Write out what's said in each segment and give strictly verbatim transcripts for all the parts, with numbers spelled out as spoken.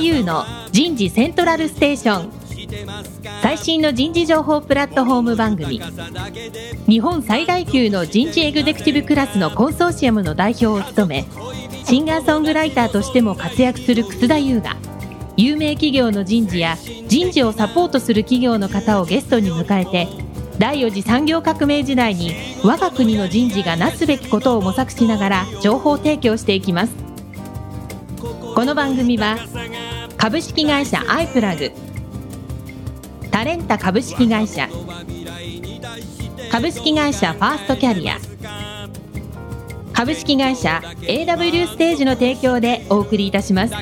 優の人事セントラルステーション。最新の人事情報プラットフォーム番組。日本最大級の人事エグゼクティブクラスのコンソーシアムの代表を務め、シンガーソングライターとしても活躍する楠田優が、有名企業の人事や人事をサポートする企業の方をゲストに迎えて、第四次産業革命時代に我が国の人事がなすべきことを模索しながら情報提供していきます。この番組は株式会社アイプラグ、タレンタ株式会社、株式会社ファーストキャリア、株式会社 エーダブリュー ステージの提供でお送りいたします。 日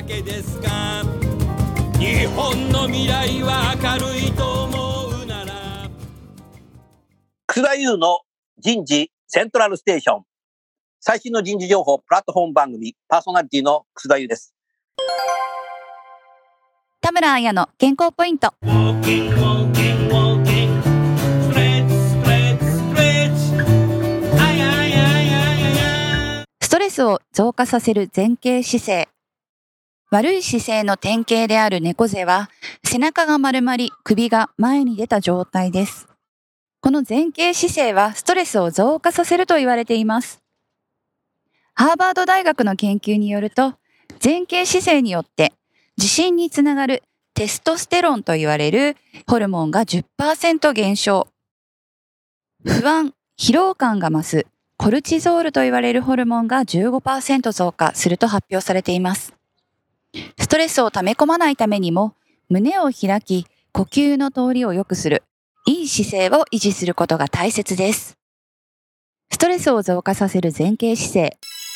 本の未来は明るいと思うなら。 楠田優の人事セントラルステーション。最新の人事情報プラットフォーム番組、パーソナリティの楠田優です。 田村彩の健康ポイント。ストレスを増加させる前傾姿勢。悪い姿勢の典型である猫背は、背中が丸まり、首が前に出た状態です。この前傾姿勢はストレスを増加させると言われています。ハーバード大学の研究によると、前傾姿勢によって自信につながるテストステロンと言われるホルモンが じゅっパーセント 減少。不安、疲労感が増すコルチゾールと言われるホルモンが じゅうごパーセント 増加すると発表されています。ストレスを溜め込まないためにも、胸を開き、呼吸の通りを良くする、いい姿勢を維持することが大切です。ストレスを増加させる前傾姿勢。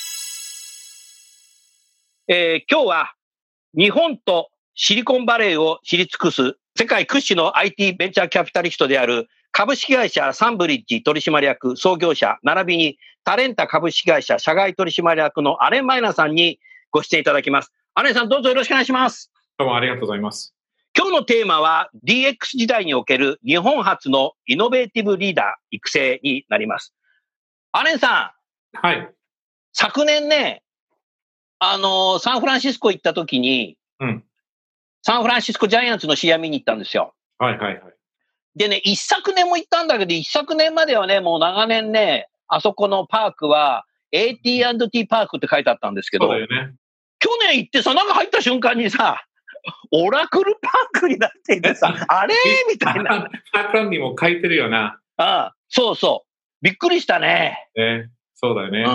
えー、今日は日本とシリコンバレーを知り尽くす世界屈指の アイティー ベンチャーキャピタリストである株式会社サンブリッジ取締役創業者並びにタレンタ株式会社社外取締役のアレン・マイナーさんにご出演いただきます。アレンさん、どうぞよろしくお願いします。 どうもありがとうございます。 今日のテーマは ディーエックス 時代における日本初のイノベーティブリーダー育成になります。アレンさん、はい。 昨年ね、あのー、サンフランシスコ行った時に、 うん、 サンフランシスコジャイアンツの試合見に行ったんですよ。 はいはいはい。 でね、一昨年も行ったんだけど、一昨年まではね、もう長年ね、あそこのパークは エーティーアンドティー パークって書いてあったんですけど、 そうだよね。 去年行ってさ、中入った瞬間にさ、オラクルパークになっていてさ、あれみたいな。 パークランにも書いてるよな。 ああ、そうそう。びっくりしたね。 えー、そうだよね。 うん。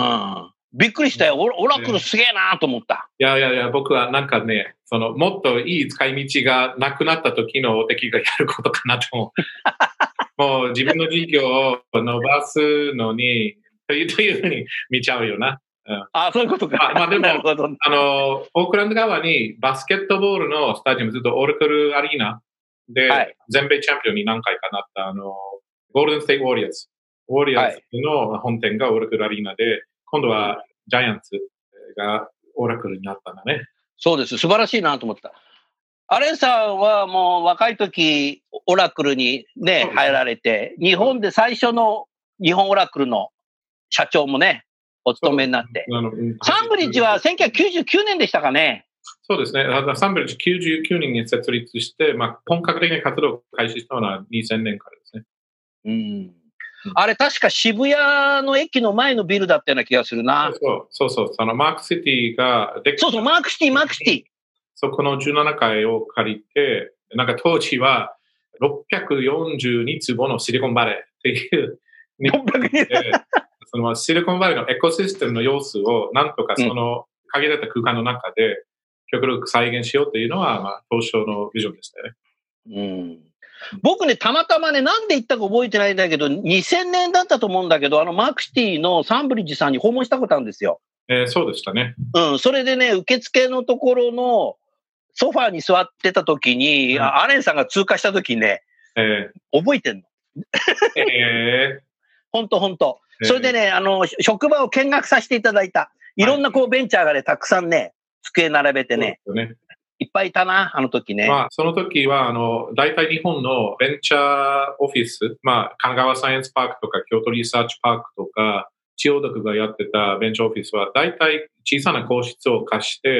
びっくりしたよ。オラクルすげえなと思った。 いやいやいや、僕はなんかね、その、もっといい使い道がなくなった時の敵がやることかなと思う。もう自分の事業を伸ばすのに、というというふうに見ちゃうよな。 うん、ああ、そういうことか。 まあ、まあ、でも、あの、オークランド側にバスケットボールのスタジアム、ずっとオラクルアリーナで、はい、全米チャンピオンに何回かなった、あの、ゴールデンステイトウォリアーズ。ウォリアーズの本店がオラクルアリーナで、今度はジャイアンツがオラクルになったんだね。 そうです。素晴らしいなと思った。アレンさんはもう若い時、オラクルにね、入られて、日本で最初の日本オラクルの社長もね、お勤めになって。サンブリッジはせんきゅうひゃくきゅうじゅうきゅうねんでしたかね。 そうですね。サンブリッジきゅうじゅうきゅうねんに設立して、まあ、本格的な活動を開始したのはにせんねんからですね。 うん。あれ確か渋谷の駅の前のビルだったような気がするな。 そうそうそう。そのマークシティができそうそう、マークシティ、マークシティ。 そこのじゅうななかいを借りて、なんか当時はろっぴゃくよんじゅうにつぼのシリコンバレーっていうろっぴゃくで、そのシリコンバレーのエコシステムの様子をなんとかその限られた空間の中で極力再現しようというのは、まあ、当初のビジョンでしたよね。 うん僕ね、たまたまね、なんで行ったか覚えてないんだけど、にせんねんだったと思うんだけど、あの、マークシティのサンブリッジさんに訪問したことあるんですよ。 えー、そうでしたね。 うん、それでね、受付のところのソファーに座ってた時に、うん、アレンさんが通過した時にね、 えー、 覚えてんの。 えー、 ほんとほんと。それでね、あの、職場を見学させていただいた。いろんなこうベンチャーがね、たくさんね、机並べてね。 そうですよね。 いっぱいいたな、あの時ね。 まあ、その時は、あの、大体日本のベンチャーオフィス、まあ、神奈川サイエンスパークとか、京都リサーチパークとか、千代田区がやってたベンチャーオフィスは、大体小さな個室を貸して、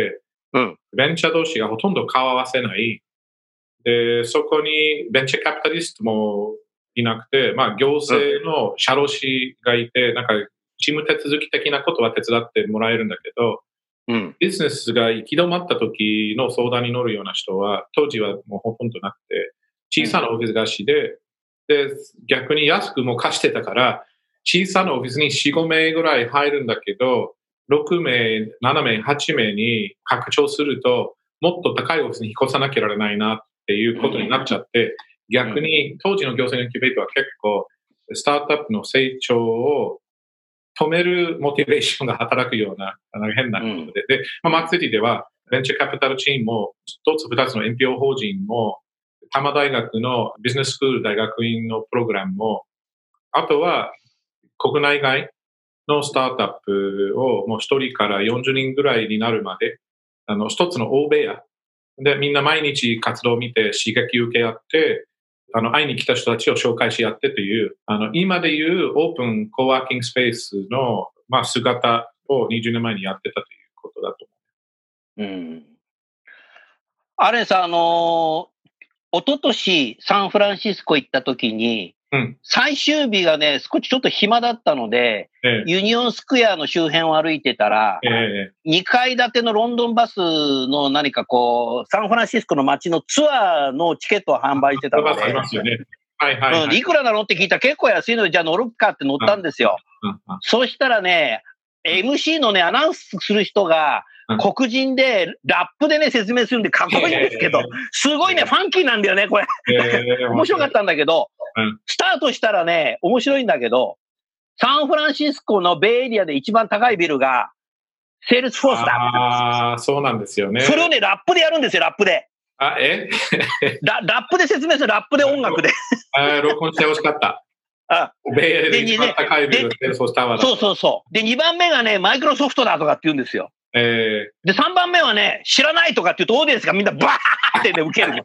うん、 ベンチャー同士がほとんど顔合わせない。で、そこにベンチャーキャピタリストもいなくて、まあ行政の社労士がいて、なんか事務手続き的なことは手伝ってもらえるんだけど、うん、ビジネスが行き止まった時の相談に乗るような人は、当時はもうほとんどなくて、小さなオフィス貸しで、で、逆に安くも貸してたから、小さなオフィスによん、ご名ぐらい入るんだけど、ろく名、なな名、はち名に拡張すると、もっと高いオフィスに引っ越さなきゃならないなっていうことになっちゃって、逆に当時の行政のインキュベートは結構、スタートアップの成長を止めるモチベーションが働くような、なんか変なことで。うん、で、まあ、マークシティでは、ベンチャーキャピタルチームも、一つ二つの エヌピーオー 法人も、多摩大学のビジネススクール大学院のプログラムも、あとは国内外のスタートアップをもう一人からよんじゅうにんぐらいになるまで、あの、一つの大部屋でみんな毎日活動を見て刺激受け合って、あの、会いに来た人たちを紹介し合ってという、あの、今でいうオープンコワーキングスペースの、まあ、姿をにじゅうねんまえにやってたということだと思う。うん。 アレンさん、あのー、一昨年サンフランシスコ行った時に、うん、最終日がね、少しちょっと暇だったので、ええ、ユニオンスクエアの周辺を歩いてたら、ええ、にかい建てのロンドンバスの何かこう、サンフランシスコの街のツアーのチケットを販売してたので、 ありますよね。はいはい、はいうん。いくらなのって聞いたら結構安いので、じゃあ乗るかって乗ったんですよ。そうしたらね、エムシー のね、アナウンスする人が、黒人で、ラップでね、説明するんでかっこいいんですけど、すごいね、ファンキーなんだよね、これ。面白かったんだけど、スタートしたらね、面白いんだけど、サンフランシスコのベイエリアで一番高いビルが、セールスフォースだ。 ああ、そうなんですよね。 それをね、ラップでやるんですよ、ラップで。 あ、えララップで説明する、ラップで音楽で。 あ録音してほしかった。あ、ベイエリアで一番高いビル、セールスフォースタワーだ。 そうそうそう。で、にばんめがね、マイクロソフトだとかって言うんですよ。えー、で、さんばんめはね、知らないとかって言うと、オーディエンスがみんなバーってね、受けるの。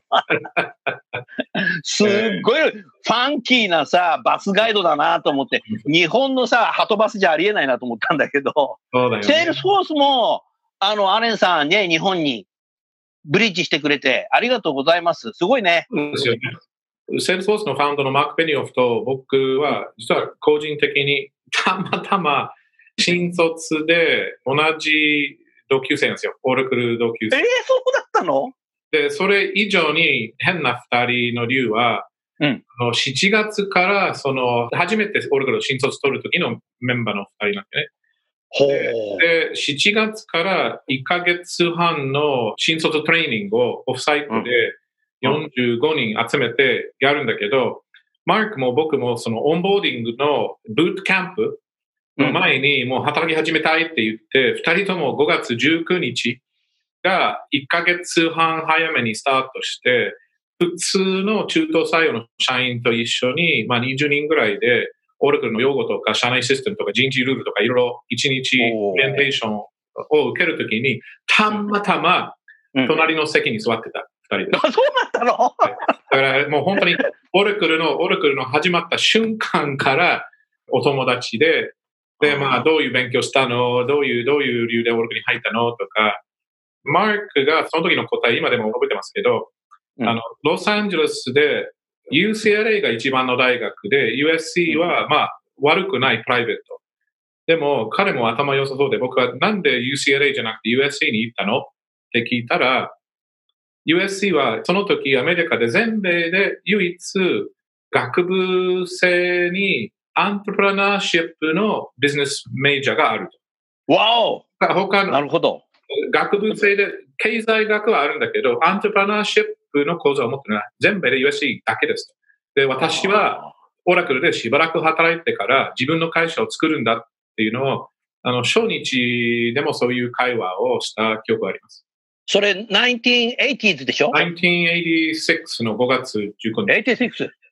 すっごい、ファンキーなさ、バスガイドだなと思って、日本のさ、ハトバスじゃありえないなと思ったんだけど、そうだよね、セールスフォースも、あの、アレンさんね、日本にブリッジしてくれて、ありがとうございます。すごいね。ですよね。セールスフォースのファウンドのマーク・ベニオフと僕は、実は個人的にたまたま、新卒で同じ同級生なんですよ。オラクル同級生。 えー、そうだったの？ で、それ以上に変な二人の理由は、うん、あのしちがつからその初めてオラクル新卒取る時のメンバーの二人なんでね。ほう。で、しちがつからいっかげつはんの新卒トレーニングをオフサイトでよんじゅうごにん集めてやるんだけど、うん、マークも僕もそのオンボーディングのブートキャンプの前にもう働き始めたいって言って、二人ともごがつじゅうくにちがいっかげつはん早めにスタートして、普通の中途採用の社員と一緒に、まあにじゅうにんぐらいで、オラクルの用語とか社内システムとか人事ルールとかいろいろいちにちオリエンテーションを受けるときに、たまたま隣の席に座ってた二人で。 あ、そうなったの？だからもう本当にオラクルの、オラクルの始まった瞬間からお友達で、で、まあ、どういう勉強したの？どういう、どういう理由でオラクルに入ったの？とか、マークがその時の答え、今でも覚えてますけど、うん、あの、ロサンゼルスで ユーシーエルエー が一番の大学で、ユーエスシー は、まあ、悪くないプライベート。でも、彼も頭良さそうで、僕はなんで ユーシーエルエー じゃなくて ユーエスシー に行ったのって聞いたら、ユーエスシー はその時アメリカで全米で唯一学部生にアントレプレナーシップのビジネスメジャーがあると。 わお！ 他のなるほど。 学部生で経済学はあるんだけど、アントレプレナーシップの講座を持ってるのは全米で ユーエスシー だけですと。で、私はオラクルでしばらく働いてから自分の会社を作るんだっていうのを、あの、初日でもそういう会話をした記憶があります。 それ、せんきゅうひゃくはちじゅうでしょ？ せんきゅうひゃくはちじゅうろくのごがつじゅうくにち。 はちじゅうろく?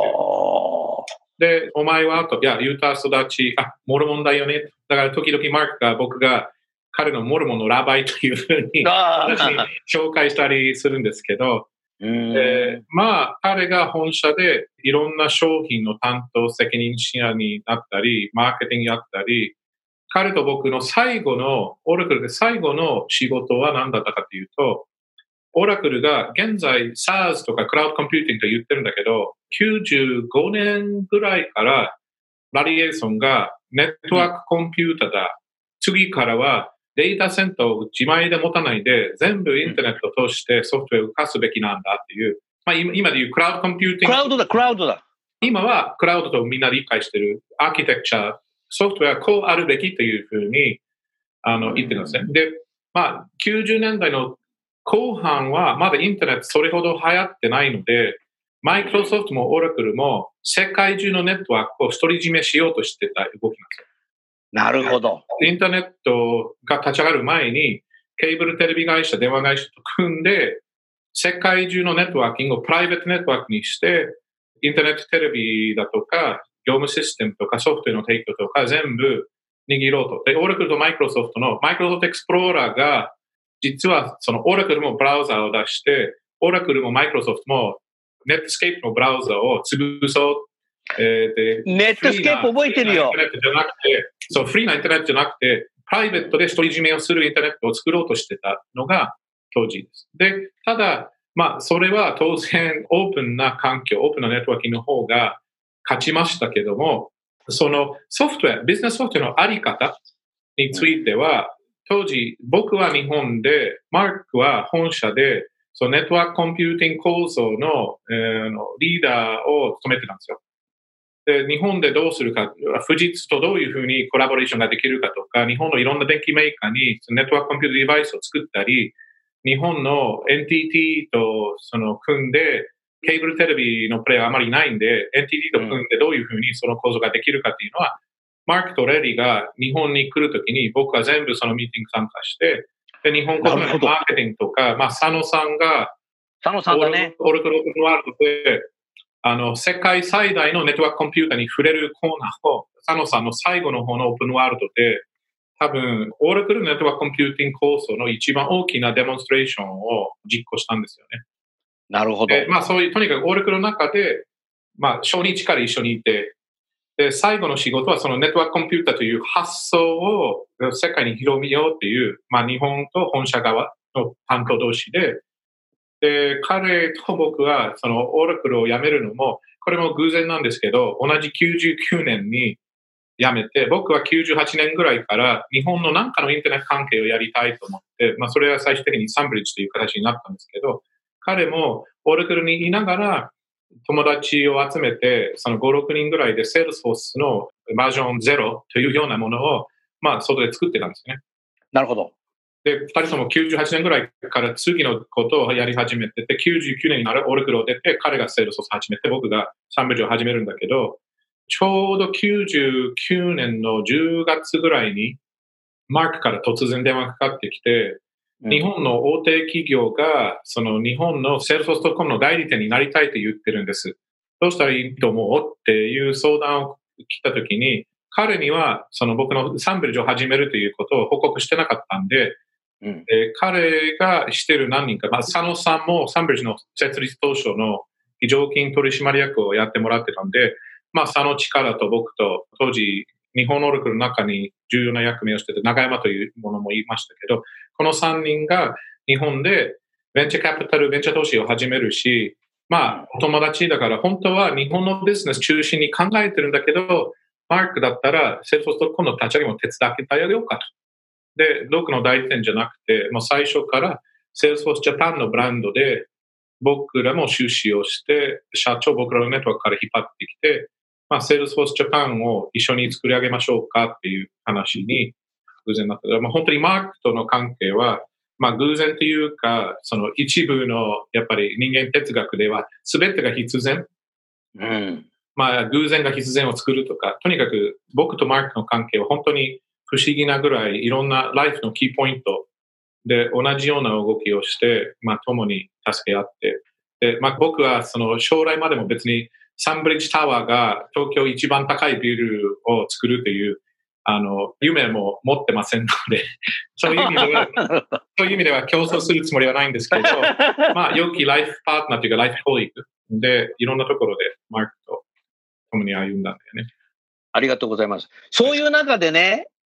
で、お前はと、いや、ユータ育ち、あ、モルモンだよね。だから時々マークが僕が彼のモルモンのラバイというふうに私に紹介したりするんですけど、でまあ、彼が本社でいろんな商品の担当責任者になったり、マーケティングやったり、 彼と僕の最後の、オラクルで最後の仕事は何だったかというと、オラクルが現在 SaaS とかクラウドコンピューティングと言ってるんだけど、きゅうじゅうごねんぐらいからラリエーソンがネットワークコンピューターだ。次からはデータセンターを自前で持たないで全部インターネットを通してソフトウェアを動かすべきなんだっていう。まあ今、今で言うクラウドコンピューティング。 クラウドだ、クラウドだ。 今はクラウドとみんな理解してるアーキテクチャ、ソフトウェアこうあるべきというふうにあの言ってるんですね。で、まあきゅうじゅうねんだいの後半はまだインターネットそれほど流行ってないので、マイクロソフトもオラクルも世界中のネットワークを独り占めしようとしてた動きなんですよ。 なるほど。 インターネットが立ち上がる前に、ケーブルテレビ会社、電話会社と組んで、世界中のネットワーキングをプライベートネットワークにして、インターネットテレビだとか、業務システムとかソフトウェアの提供とか全部握ろうと。で、オラクルとマイクロソフトのマイクロソフトエクスプローラーが、実はそのオラクルもブラウザを出して、オラクルもマイクロソフトもネットスケープのブラウザを潰そう。えー、でネットスケープ覚えてるよ。 フリーなインターネットじゃなくて、そう、フリーなインターネットじゃなくて、プライベートで独り占めをするインターネットを作ろうとしてたのが当時です。で、ただ、まあ、それは当然オープンな環境、オープンなネットワーキングの方が勝ちましたけども、そのソフトウェア、ビジネスソフトウェアのあり方については、当時、僕は日本で、マークは本社で、そのネットワークコンピューティング構造の、えー、のリーダーを務めてたんですよ。で、日本でどうするか、富士通とどういうふうにコラボレーションができるかとか、日本のいろんな電機メーカーにネットワークコンピューターデバイスを作ったり、日本の エヌティーティー とその組んで、ケーブルテレビのプレイはあまりないんで、エヌティーティー と組んでどういうふうにその構造ができるかっていうのは、マークとレリーが日本に来るときに僕は全部そのミーティング参加して、で、日本国内のマーケティングとか、まあ、佐野さんが、 佐野さんがね、 オラクルオープンワールドで、あの、世界最大のネットワークコンピューターに触れるコーナーを、佐野さんの最後の方のオープンワールドで、多分、オラクルネットワークコンピューティング構想の一番大きなデモンストレーションを実行したんですよね。 なるほど。 まあ、そういう、とにかくオラクルの中で、まあ、初日から一緒にいて、で、最後の仕事はそのネットワークコンピューターという発想を世界に広めようっていう、まあ、日本と本社側の担当同士で、で、彼と僕はそのオラクルを辞めるのも、これも偶然なんですけど、同じきゅうじゅうきゅうねんに辞めて、僕はきゅうじゅうはちねんぐらいから日本の何かのインターネット関係をやりたいと思って、まあそれは最終的にサンブリッジという形になったんですけど、彼もオラクルにいながら友達を集めて、そのご、ろくにんぐらいでセールスフォースのバージョンゼロというようなものを、まあ外で作ってたんですね。 なるほど。 で、二人ともきゅうじゅうはちねんぐらいから次のことをやり始めてて、きゅうじゅうきゅうねんになるオラクルを出て、彼がセールスを始めて、僕がサンブリッジを始めるんだけど、ちょうどきゅうじゅうきゅうねんのじゅうがつぐらいに、マークから突然電話がかかってきて、うん、日本の大手企業が、その日本のセールスフォースドットコムの代理店になりたいと言ってるんです。どうしたらいいと思うっていう相談を来たときに、彼には、その僕のサンブリッジを始めるということを報告してなかったんで、うん、えー、彼がしてる何人か、まあ、佐野さんもサンブリッジの設立当初の非常勤取締役をやってもらってたんで、まあ、佐野力と僕と当時日本オラクルの中に重要な役目をしてて、長山というものも言いましたけど、このさんにんが日本でベンチャーキャピタル、ベンチャー投資を始めるし、まあ、お友達だから本当は日本のビジネス中心に考えてるんだけど、マークだったらセールスフォースドットコムの立ち上げも手伝ってあげようかと。で、どこの代理店じゃなくて、もう最初から Salesforce Japan のブランドで僕らも出資をして、社長僕らのネットワークから引っ張ってきて、まあ Salesforce Japan を一緒に作り上げましょうかっていう話に偶然なった。まあ、本当にマークとの関係は、まあ偶然というか、その一部のやっぱり人間哲学では全てが必然。うん。まあ偶然が必然を作るとか、とにかく僕とマークの関係は本当に不思議なぐらいいろんなライフのキーポイントで同じような動きをして、まあ共に助け合って、で、まあ僕はその将来までも別にサンブリッジタワーが東京一番高いビルを作るというあの夢も持ってませんので、そういう意味では、そういう意味では競争するつもりはないんですけど、まあ良きライフパートナーというかライフコリーグでいろんなところでマークと共に歩んだんだよね。 ありがとうございます。そういう中でね、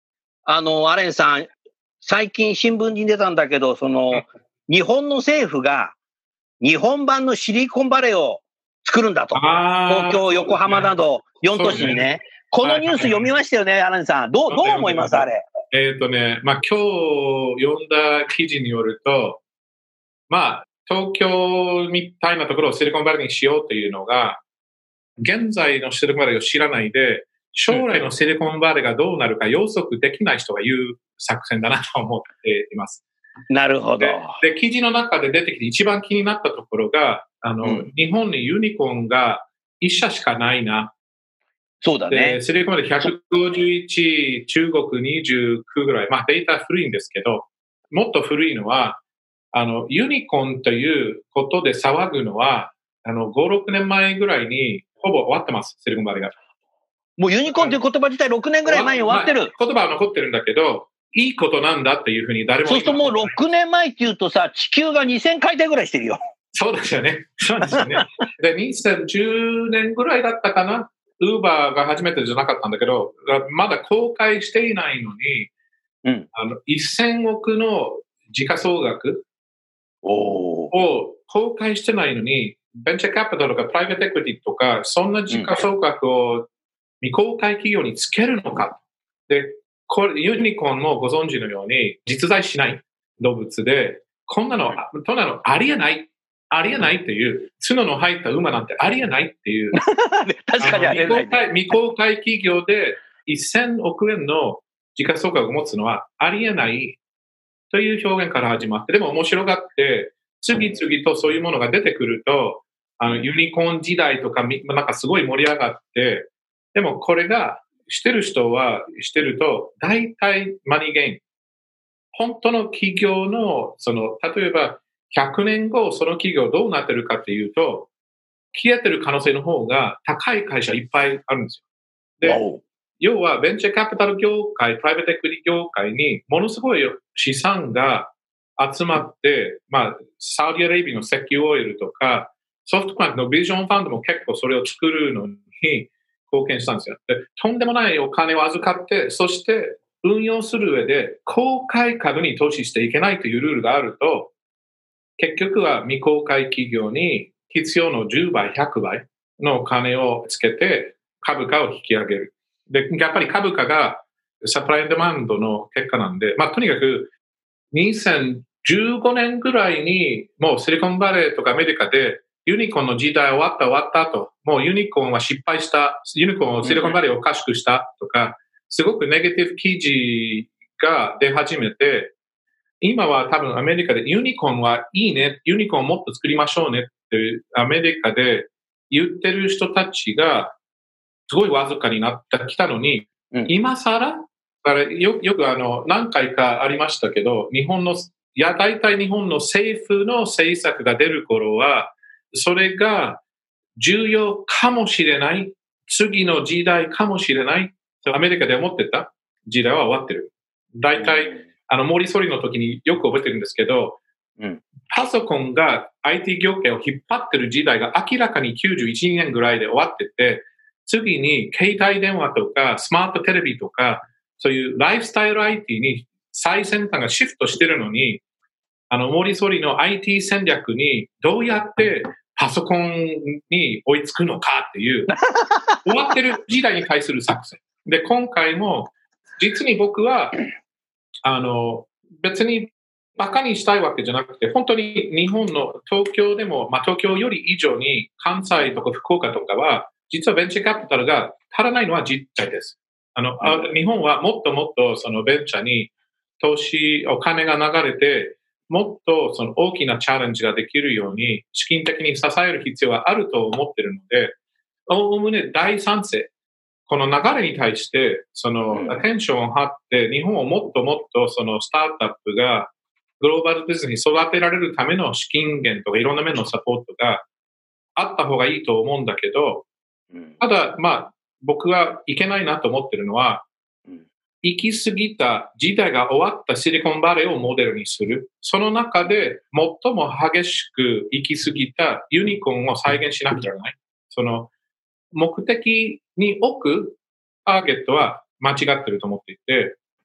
あの、アレンさん、最近新聞に出たんだけど、その、日本の政府が日本版のシリコンバレーを作るんだと。東京、横浜などよん都市にね。ねこのニュース読みましたよね、はいはい、アレンさん。どう、どう思いますあれ。 えっとね、まあ、今日読んだ記事によると、まあ、東京みたいなところをシリコンバレーにしようというのが、現在のシリコンバレーを知らないで、将来のシリコンバレーがどうなるか予測できない人が言う作戦だなと思っています。 なるほど。 で、で記事の中で出てきて一番気になったところが、あの、うん、日本にユニコーンが一社しかないな。 そうだね。 で、シリコンバレーひゃくごじゅういち、中国にじゅうきゅうぐらい。まあデータ古いんですけど、もっと古いのは、あの、ユニコーンということで騒ぐのは、あの、ご、ろくねんまえぐらいにほぼ終わってます、シリコンバレーが。 もうユニコーンという言葉自体ろくねんぐらい前に終わってる。 まあ、言葉は残ってるんだけど、いいことなんだっていうふうに誰もそうするともうろくねんまえっていうとさ、地球がにせんかいてんぐらいしてるよ。 そうですよね。そうですよね。で、にせんじゅうねんぐらいだったかな。ウーバーが初めてじゃなかったんだけど、まだ公開していないのに、うん、あの、せんおくの時価総額を公開してないのに、ベンチャーキャピタルとかプライベートエクイティとか、そんな時価総額を未公開企業につけるのか。で、これ、ユニコーンもご存知のように、実在しない動物で、こんなの、こんなのありえない、ありえないっていう、角の入った馬なんてありえないっていう。 確かにありえない、ね。 未公開企業でせんおくえんの時価総額を持つのはありえないという表現から始まって、でも面白がって、次々とそういうものが出てくると、あの、ユニコーン時代とか、なんかすごい盛り上がって、でもこれが、してる人はしてると、大体マニーゲイン。本当の企業の、その、例えばひゃくねんご、その企業どうなってるかっていうと、消えてる可能性の方が高い会社いっぱいあるんですよ。で、要はベンチャーキャピタル業界、プライベートエクイティ業界にものすごい資産が集まって、まあ、サウジアラビアの石油オイルとか、ソフトバンクのビジョンファンドも結構それを作るのに、貢献したんですよ。で、とんでもないお金を預かって、そして運用する上で公開株に投資していけないというルールがあると、結局は未公開企業に必要のじゅうばい、ひゃくばいのお金をつけて株価を引き上げる。で、やっぱり株価がサプライデマンドの結果なんで、まあとにかくにせんじゅうごねんぐらいにもうシリコンバレーとかアメリカでユニコーンの時代終わった終わったと、もうユニコーンは失敗した、ユニコーンをシリコンバレーをおかしくしたとか、すごくネガティブ記事が出始めて、今は多分アメリカでユニコーンはいいね、ユニコーンもっと作りましょうねってアメリカで言ってる人たちがすごいわずかになってきたのに、うん、今更よ、よくあの何回かありましたけど、日本の、いや大体日本の政府の政策が出る頃は、それが重要かもしれない、次の時代かもしれない、アメリカで思ってた時代は終わってる。大体、うん、あの、森総理の時によく覚えてるんですけど、うん、パソコンが アイティー 業界を引っ張ってる時代が明らかにきゅうじゅういちねんぐらいで終わってて、次に携帯電話とかスマートテレビとか、そういうライフスタイル アイティー に最先端がシフトしてるのに、あの、森総理の アイティー 戦略にどうやってパソコンに追いつくのかっていう、終わってる時代に対する作戦。で、今回も、実に僕は、あの、別に馬鹿にしたいわけじゃなくて、本当に日本の東京でも、まあ東京より以上に関西とか福岡とかは、実はベンチャーキャピタルが足らないのは実態です。あの、うん、日本はもっともっとそのベンチャーに投資、お金が流れて、もっとその大きなチャレンジができるように、資金的に支える必要があると思っているので、おおむね大賛成。この流れに対して、その、アテンションを張って、日本をもっともっとそのスタートアップがグローバルビジネスに育てられるための資金源とかいろんな面のサポートがあった方がいいと思うんだけど、ただ、まあ、僕はいけないなと思ってるのは、行き過ぎた時代が終わったシリコンバレーをモデルにする。その中で最も激しく行き過ぎたユニコーンを再現しなくちゃならない。その目的に置くターゲットは間違ってると思っていて、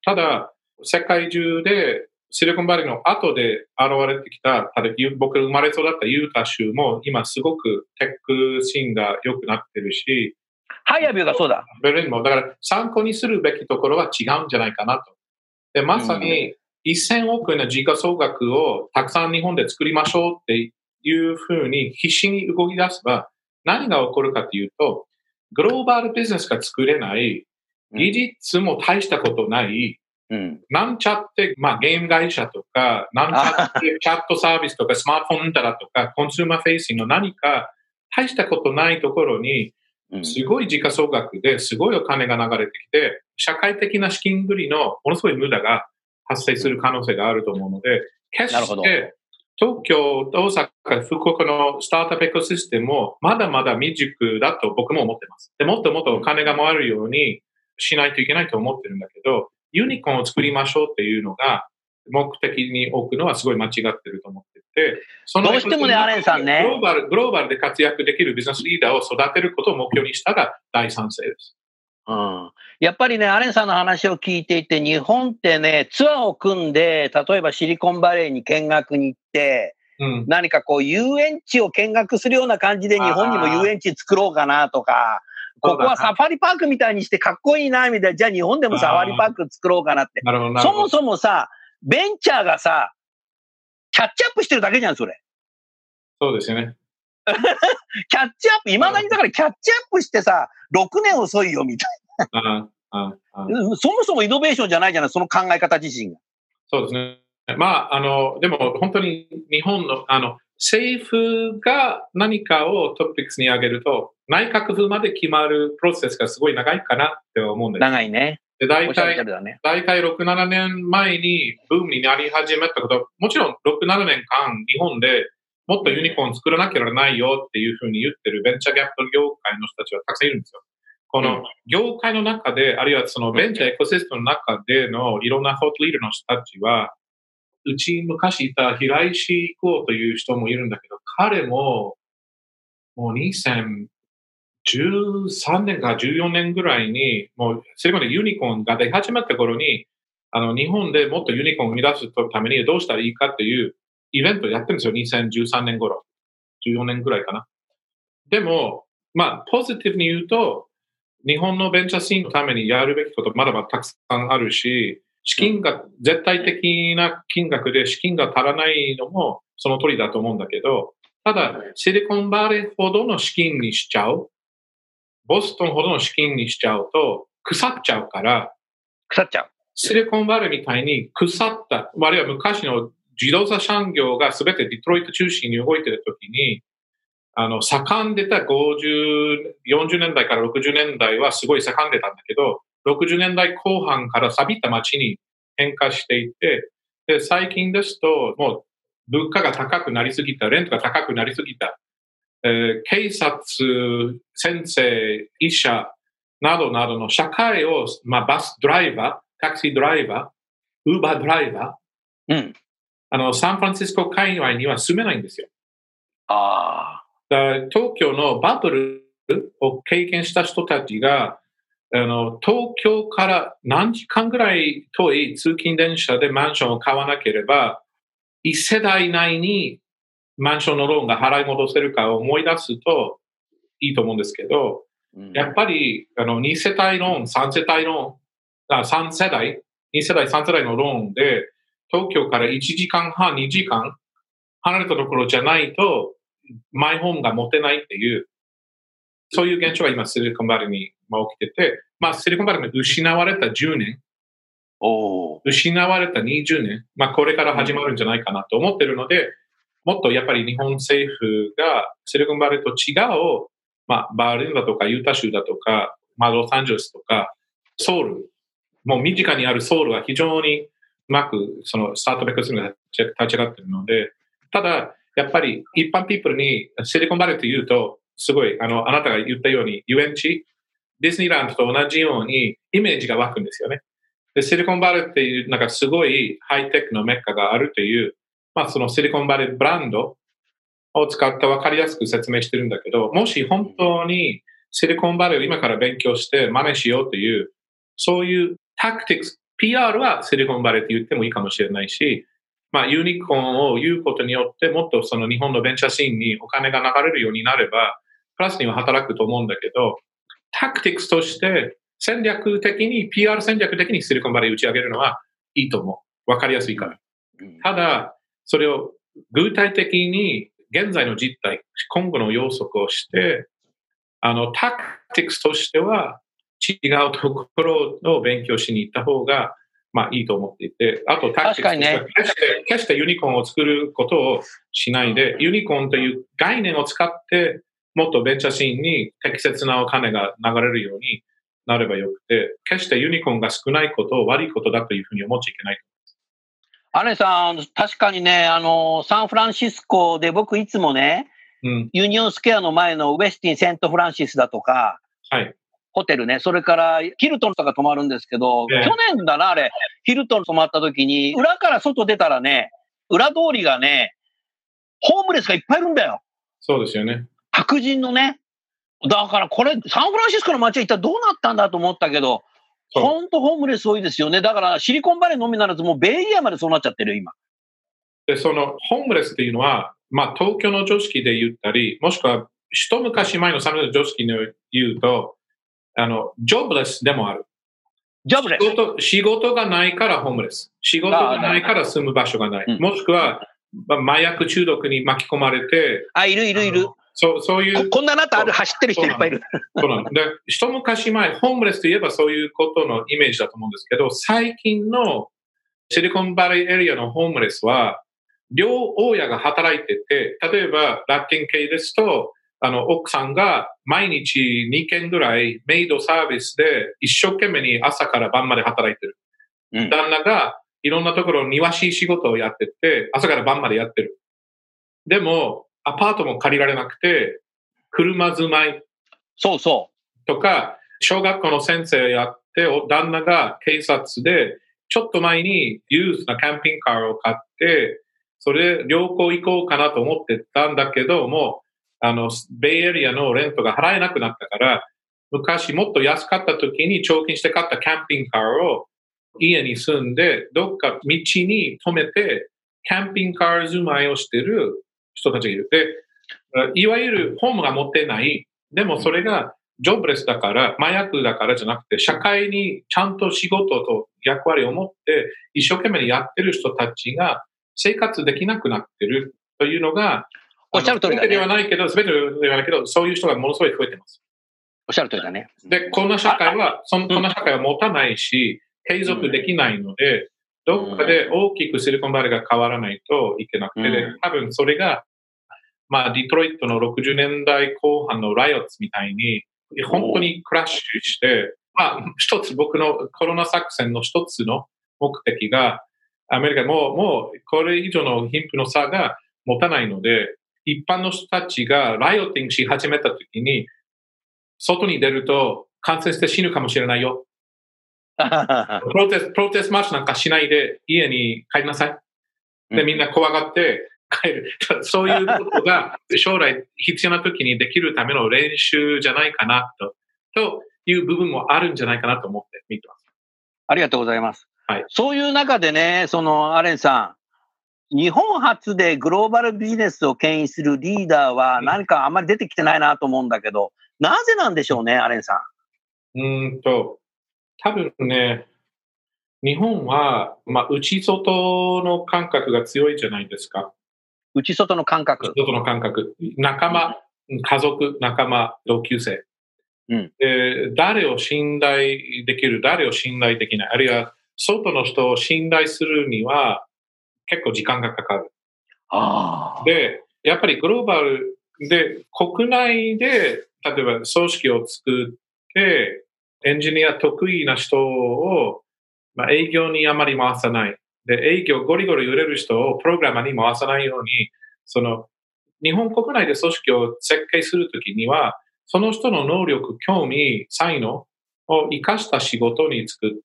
ただ、世界中でシリコンバレーの後で現れてきた、僕が生まれ育ったユータ州も今すごくテックシーンが良くなってるし、 ハイアビューがそうだ。 ベルリンも、だから参考にするべきところは違うんじゃないかなと。で、まさにせんおくえんの時価総額をたくさん日本で作りましょうっていうふうに必死に動き出せば何が起こるかというと、グローバルビジネスが作れない、技術も大したことない、うん、なんちゃって、まあゲーム会社とか、なんちゃってチャットサービスとかスマートフォンだらとか、コンシューマーフェイシングの何か大したことないところに、すごい時価総額ですごいお金が流れてきて、社会的な資金繰りのものすごい無駄が発生する可能性があると思うので、決して東京、大阪、福岡のスタートアップエコシステムもまだまだ未熟だと僕も思ってます。で、もっともっとお金が回るようにしないといけないと思ってるんだけど、ユニコーンを作りましょうっていうのが目的に置くのはすごい間違ってると思ってて、 そのどうしてもね、アレンさんね。 グローバル、グローバルで活躍できるビジネスリーダーを育てることを目標にしたが大賛成です。 うん、やっぱりね、アレンさんの話を聞いていて、日本ってね、ツアーを組んで、例えばシリコンバレーに見学に行って、うん、何かこう遊園地を見学するような感じで日本にも遊園地作ろうかなとか、ここはサファリパークみたいにしてかっこいいな、みたいな。じゃあ日本でもサファリパーク作ろうかなって。そもそもさ、ベンチャーがさ、キャッチアップしてるだけじゃん、それ。 そうですよね。 キャッチアップ、未だにだからキャッチアップしてさ、ろくねん遅いよ、みたいな。ああああそもそもイノベーションじゃないじゃない、その考え方自身が。 そうですね。まあ、あの、でも本当に日本の、あの、政府が何かをトピックスに挙げると、内閣府まで決まるプロセスがすごい長いかなって思うんです。 長いね。 で、大体、ね、大体ろく、ななねんまえにブームになり始めたこと、もちろんろく、ななねんかん日本でもっとユニコーン作らなきゃならないよっていうふうに言ってるベンチャーギャップ業界の人たちはたくさんいるんですよ。この業界の中で、あるいはそのベンチャーエコシステムの中でのいろんなソートリーダーの人たちは、うち昔いた平石幸という人もいるんだけど、彼ももうにせんじゅうさんねんかじゅうよねんぐらいに、もうそれまでユニコーンが出始まった頃に、あの日本でもっとユニコーンを生み出すためにどうしたらいいかっていうイベントをやってるんですよ。にせんじゅうさんねん頃。じゅうよねんぐらいかな。でも、まあ、ポジティブに言うと、日本のベンチャーシーンのためにやるべきことまだまだたくさんあるし、資金が、絶対的な金額で資金が足らないのもその通りだと思うんだけど、ただ、シリコンバレーほどの資金にしちゃう、ボストンほどの資金にしちゃうと腐っちゃうから、 腐っちゃう。 シリコンバレーみたいに腐った、あるいは昔の自動車産業が全てデトロイト中心に動いているときに、あの、盛んでたごじゅう、よんじゅうねんだいからろくじゅうねんだいはすごい盛んでたんだけど、ろくじゅうねんだいこう半から錆びた街に変化していて、で、最近ですと、もう物価が高くなりすぎた、レントが高くなりすぎた、えー、警察、先生、医者などなどの社会を、まあ、バスドライバー、タクシードライバー、ウーバードライバー、うん。あの、サンフランシスコ界隈には住めないんですよ。 ああ。 東京のバブルを経験した人たちが、あの、東京から何時間ぐらい遠い通勤電車でマンションを買わなければ、一世代内にマンションのローンが払い戻せるかを思い出すといいと思うんですけど、うん、やっぱり、あの、二世帯ローン、三世帯ローン、あ、三世代、二世代、三世代のローンで、東京からいちじかんはん、にじかん離れたところじゃないと、マイホームが持てないっていう、そういう現象が今シリコンバレーに起きてて、まあシリコンバレーに失われたじゅうねん、 お失われたにじゅうねん、まあこれから始まるんじゃないかなと思ってるので、もっとやっぱり日本政府がシリコンバレーと違う、まあバーリンだとかユータ州だとか、まあロサンゼルスとか、ソウル、もう身近にあるソウルは非常にうまくそのスタートアップエコシステムが立ち上がっているので、ただ、やっぱり一般ピープルにシリコンバレーというと、すごい、あの、あなたが言ったように遊園地、ディズニーランドと同じようにイメージが湧くんですよね。で、シリコンバレーっていう、なんかすごいハイテクのメッカがあるという、まあそのシリコンバレーブランドを使って分かりやすく説明してるんだけど、もし本当にシリコンバレーを今から勉強して真似しようという、そういうタクティクス、 ピーアール はシリコンバレーって言ってもいいかもしれないし、まあ、ユニコーンを言うことによって、もっとその日本のベンチャーシーンにお金が流れるようになれば、プラスには働くと思うんだけど、タクティクスとして戦略的に、ピーアール 戦略的にシリコンバレー打ち上げるのはいいと思う。わかりやすいから。ただ、それを具体的に現在の実態、今後の予測をして、あの、タクティクスとしては違うところを勉強しに行った方が、まあいいと思っていて、あとタクティクスとしては決して、決してユニコーンを作ることをしないで、ユニコーンという概念を使って、もっとベンチャーシーンに適切なお金が流れるようになればよくて、決してユニコーンが少ないことを悪いことだというふうに思っちゃいけない。 アレンさん、確かにね、あの、サンフランシスコで僕いつもね、うん、ユニオンスクエアの前のウェスティン・セントフランシスだとか、 はい、 ホテルね、それからヒルトンとか泊まるんですけど、えー、去年だな、あれ、ヒルトン泊まった時に、裏から外出たらね、裏通りがね、ホームレスがいっぱいいるんだよ。 そうですよね。 白人のね。だからこれ、サンフランシスコの街は一体どうなったんだと思ったけど、本当ホームレス多いですよね。だからシリコンバレーのみならず、もうベイエリアまでそうなっちゃってる、今。 で、そのホームレスっていうのは、まあ東京の常識で言ったり、もしくは一昔前のサンフランシスコの常識で言うと、あの、ジョブレスでもある。 ジョブレス。 仕事、仕事がないからホームレス。仕事がないから住む場所がない。うん、もしくは、麻薬中毒に巻き込まれて。 あ、いるいるいる。 そう、そういう。 こ, こんななったある、走ってる人いっぱいいる。 そうなんで、一昔前、ホームレスといえばそういうことのイメージだと思うんですけど、最近のシリコンバレーエリアのホームレスは、両親が働いてて、例えば、ラテン系ですと、あの、奥さんが毎日にけんぐらいメイドサービスで一生懸命に朝から晩まで働いてる。うん、旦那がいろんなところ庭師仕事をやってて、朝から晩までやってる。でも、アパートも借りられなくて、車住まい。 そうそう。 とか、小学校の先生やって、旦那が警察で、ちょっと前にユースなキャンピングカーを買って、それで旅行行こうかなと思ってたんだけども、あの、ベイエリアのレントが払えなくなったから、昔もっと安かった時に貯金して買ったキャンピングカーを家に住んで、どっか道に止めて、キャンピングカー住まいをしてる人たちがいる。で、いわゆるホームが持ってない。でもそれがジョブレスだから、麻薬だからじゃなくて、社会にちゃんと仕事と役割を持って、一生懸命やってる人たちが生活できなくなってるというのが、 おっしゃる通りだね。 全てではないけど、全てではないけど、そういう人がものすごい増えてます。 おっしゃる通りだね。 で、こんな社会は、そんこんな社会は持たないし、継続できないので、どっかで大きくシリコンバレーが変わらないといけなくて、で多分それが、まあ、ディトロイトのろくじゅうねんだいこう半のライオッツみたいに、本当にクラッシュして、まあ、一つ僕のコロナ作戦の一つの目的が、アメリカも、もうこれ以上の貧富の差が持たないので、一般の人たちがライオッティングし始めたときに、外に出ると感染して死ぬかもしれないよ。プロテス、プロテスマーチなんかしないで家に帰りなさい。で、みんな怖がって帰る。そういうことが将来必要なときにできるための練習じゃないかなと、という部分もあるんじゃないかなと思って見てます。 ありがとうございます。 はい。 そういう中でね、そのアレンさん、日本初でグローバルビジネスを牽引するリーダーは何かあんまり出てきてないなと思うんだけど、なぜなんでしょうね、アレンさん。うーんと、多分ね、日本は、まあ、内外の感覚が強いじゃないですか。 内外の感覚。 内外の感覚。仲間、うん、家族、仲間、同級生。 うん、 で誰を信頼できる、誰を信頼できない、あるいは外の人を信頼するには結構時間がかかる。 あで、やっぱりグローバルで国内で例えば組織を作ってエンジニア得意な人を、まあ、営業にあまり回さない。で、営業ゴリゴリ売れる人をプログラマーに回さないように、その日本国内で組織を設計するときには、その人の能力、興味、才能を生かした仕事に作って、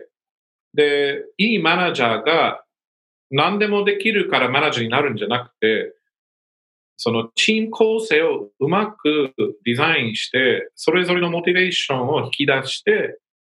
で、いいマネージャーが何でもできるからマネージャーになるんじゃなくて、そのチーム構成をうまくデザインして、それぞれのモチベーションを引き出して、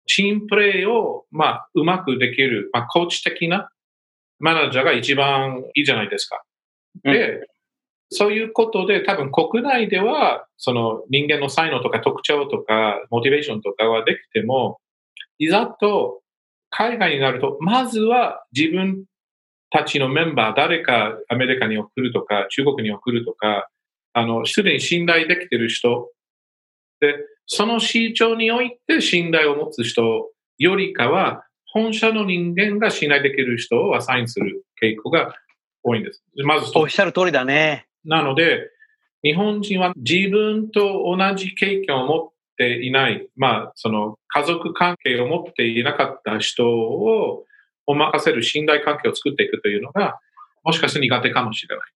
チームプレーを、まあ、うまくできる、まあ、コーチ的なマネージャーが一番いいじゃないですか。で、うん、そういうことで多分国内では、その人間の才能とか特徴とか、モチベーションとかはできても、いざと海外になると、まずは自分たちのメンバー、誰かアメリカに送るとか、中国に送るとか、あの、すでに信頼できている人、で、その市場において信頼を持つ人よりかは、本社の人間が信頼できる人をアサインする傾向が多いんです。まず、 おっしゃる通りだね。 なので、日本人は自分と同じ経験を持っていない、まあ、その家族関係を持っていなかった人をお任せる信頼関係を作っていくというのが、もしかして苦手かもしれない。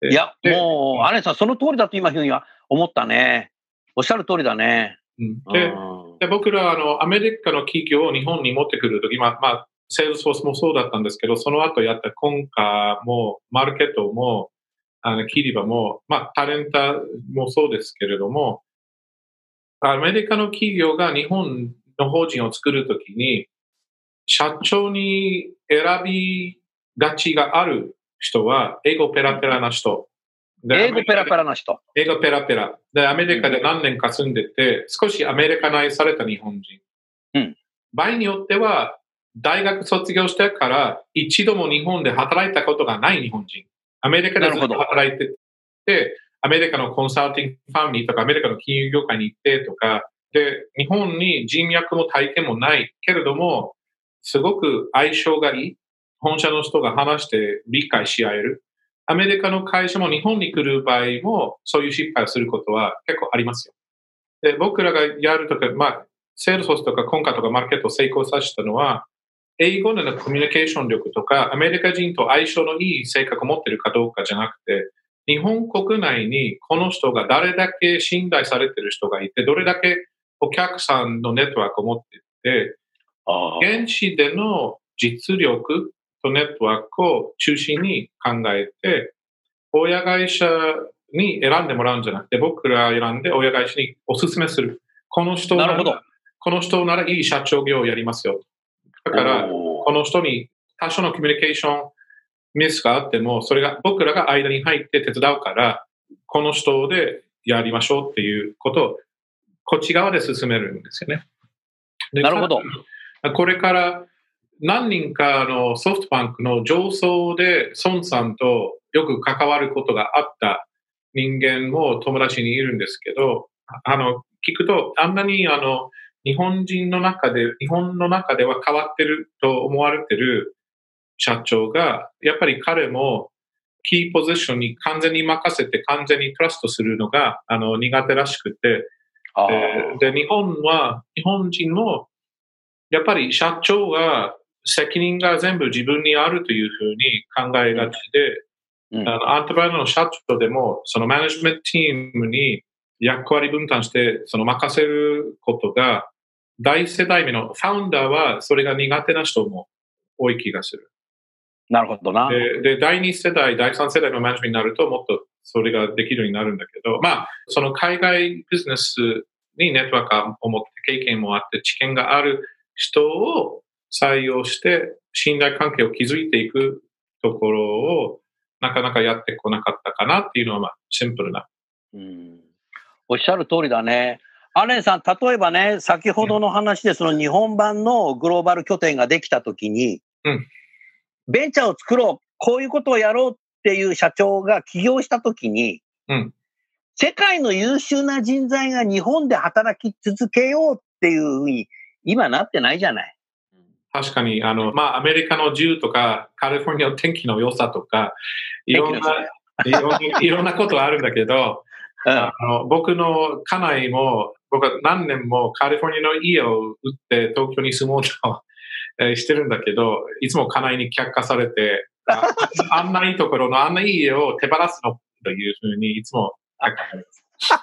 いや、もう、アレンさん、その通りだと今、ふうには思ったね。おっしゃる通りだね。 うん、で, で僕らあのアメリカの企業を日本に持ってくるとき、まあ、まあ、セールスフォースもそうだったんですけど、その後やったコンカも、マルケットも、あのキリバも、まあ、タレンタもそうですけれども、アメリカの企業が日本の法人を作るときに、社長に選びがちがある人は、英語ペラペラな人。 英語ペラペラな人。 英語ペラペラ。で、アメリカで何年か住んでて、少しアメリカナイズされた日本人。 うん。 場合によっては、大学卒業してから一度も日本で働いたことがない日本人。アメリカでずっと働いてて、アメリカのコンサルティングファームにとか、アメリカの金融業界に行ってとか、で、日本に人脈も体験もないけれども、すごく相性がいい。本社の人が話して理解し合える。アメリカの会社も日本に来る場合も、そういう失敗をすることは結構ありますよ。で、僕らがやるとき、まあ、セールスフォースとかコンカとかマーケットを成功させたのは、英語でのコミュニケーション力とか、アメリカ人と相性のいい性格を持っているかどうかじゃなくて、日本国内にこの人が誰だけ信頼されている人がいて、どれだけお客さんのネットワークを持っていて、現地での実力とネットワークを中心に考えて、親会社に選んでもらうんじゃなくて、僕ら選んで親会社にお勧めする。この人なら、この人ならいい社長業をやりますよ。だから、この人に多少のコミュニケーションミスがあっても、それが僕らが間に入って手伝うから、この人でやりましょうっていうことを、こっち側で進めるんですよね。 なるほど。 これから何人かのソフトバンクの上層で孫さんとよく関わることがあった人間も友達にいるんですけど、あの、聞くと、あんなにあの、日本人の中で、日本の中では変わってると思われてる社長が、やっぱり彼もキーポジションに完全に任せて完全にトラストするのが、あの、苦手らしくて、で、で日本は、日本人も、やっぱり社長が責任が全部自分にあるというふうに考えがちで、うん、あのアントプライナーの社長でも、そのマネジメントチームに役割分担して、その任せることが、大世代目のファウンダーはそれが苦手な人も多い気がする。 なるほどな。 で、で第二世代、第三世代のマネジメントになると、もっとそれができるようになるんだけど、まあ、その海外ビジネスにネットワークを持って経験もあって知見がある人を採用して信頼関係を築いていくところをなかなかやってこなかったかなっていうのは、まあ、シンプルな。 うん、おっしゃる通りだね。アレンさん、例えばね、先ほどの話でその日本版のグローバル拠点ができたときに、うん、ベンチャーを作ろう、こういうことをやろうっていう社長が起業したときに、うん、世界の優秀な人材が日本で働き続けようっていうふうに今なってないじゃない。 確かに、あの、まあ、アメリカの自由とか、カリフォルニアの天気の良さとか、いろんな、いろんな、いろんなことあるんだけど、うん、あの僕の家内も、僕は何年もカリフォルニアの家を売って東京に住もうと、えー、してるんだけど、いつも家内に却下されて、あ, あんないいところのあんないい家を手放すのというふうにいつも却下されます。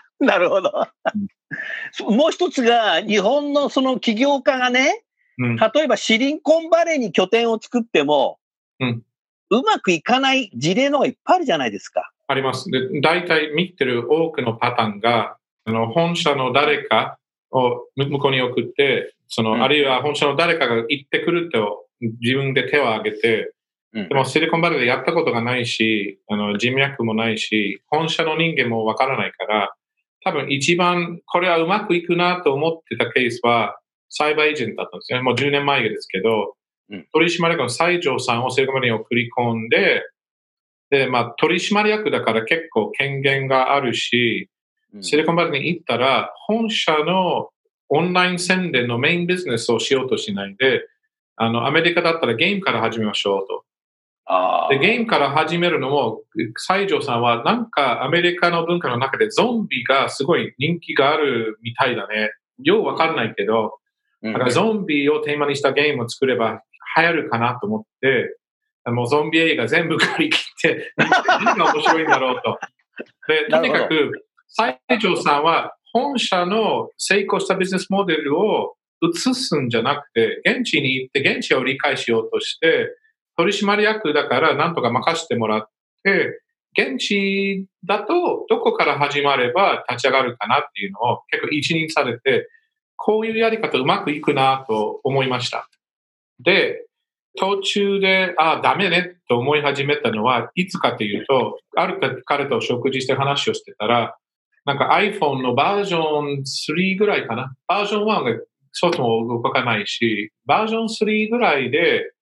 なるほど。もう一つが、日本のその起業家がね、うん、例えばシリコンバレーに拠点を作っても、うん、うまくいかない事例の方がいっぱいあるじゃないですか。 あります。で、大体見てる多くのパターンが、あの本社の誰かを向こうに送って、その、うん、あるいは本社の誰かが行ってくると自分で手を挙げて、うん、でもシリコンバレーでやったことがないし、あの人脈もないし、本社の人間もわからないから、多分一番これはうまくいくなと思ってたケースは、サイバーエージェントだったんですよね。もうじゅうねんまえですけど、うん、取締役の西条さんをシリコンバレーに送り込んで、で、まあ取締役だから結構権限があるし、シリコンバレーに行ったら、本社のオンライン宣伝のメインビジネスをしようとしないで、あの、アメリカだったらゲームから始めましょうと。あで、ゲームから始めるのも、西条さんはなんかアメリカの文化の中でゾンビがすごい人気があるみたいだね。ようわかんないけど、だからゾンビをテーマにしたゲームを作れば流行るかなと思って、もうゾンビ映画全部借り切って、何が面白いんだろうと。で、とにかく、西条さんは本社の成功したビジネスモデルを移すんじゃなくて、現地に行って現地を理解しようとして、取締役だから何とか任せてもらって、現地だとどこから始まれば立ち上がるかなっていうのを結構一任されて、こういうやり方うまくいくなと思いました。で、途中で、ああ、ダメねと思い始めたのはいつかというと、ある彼と食事して話をしてたら、なんか iPhone のバージョンスリーぐらいかな。バージョンワンがそもそも動かないし、バージョンスリーぐらいで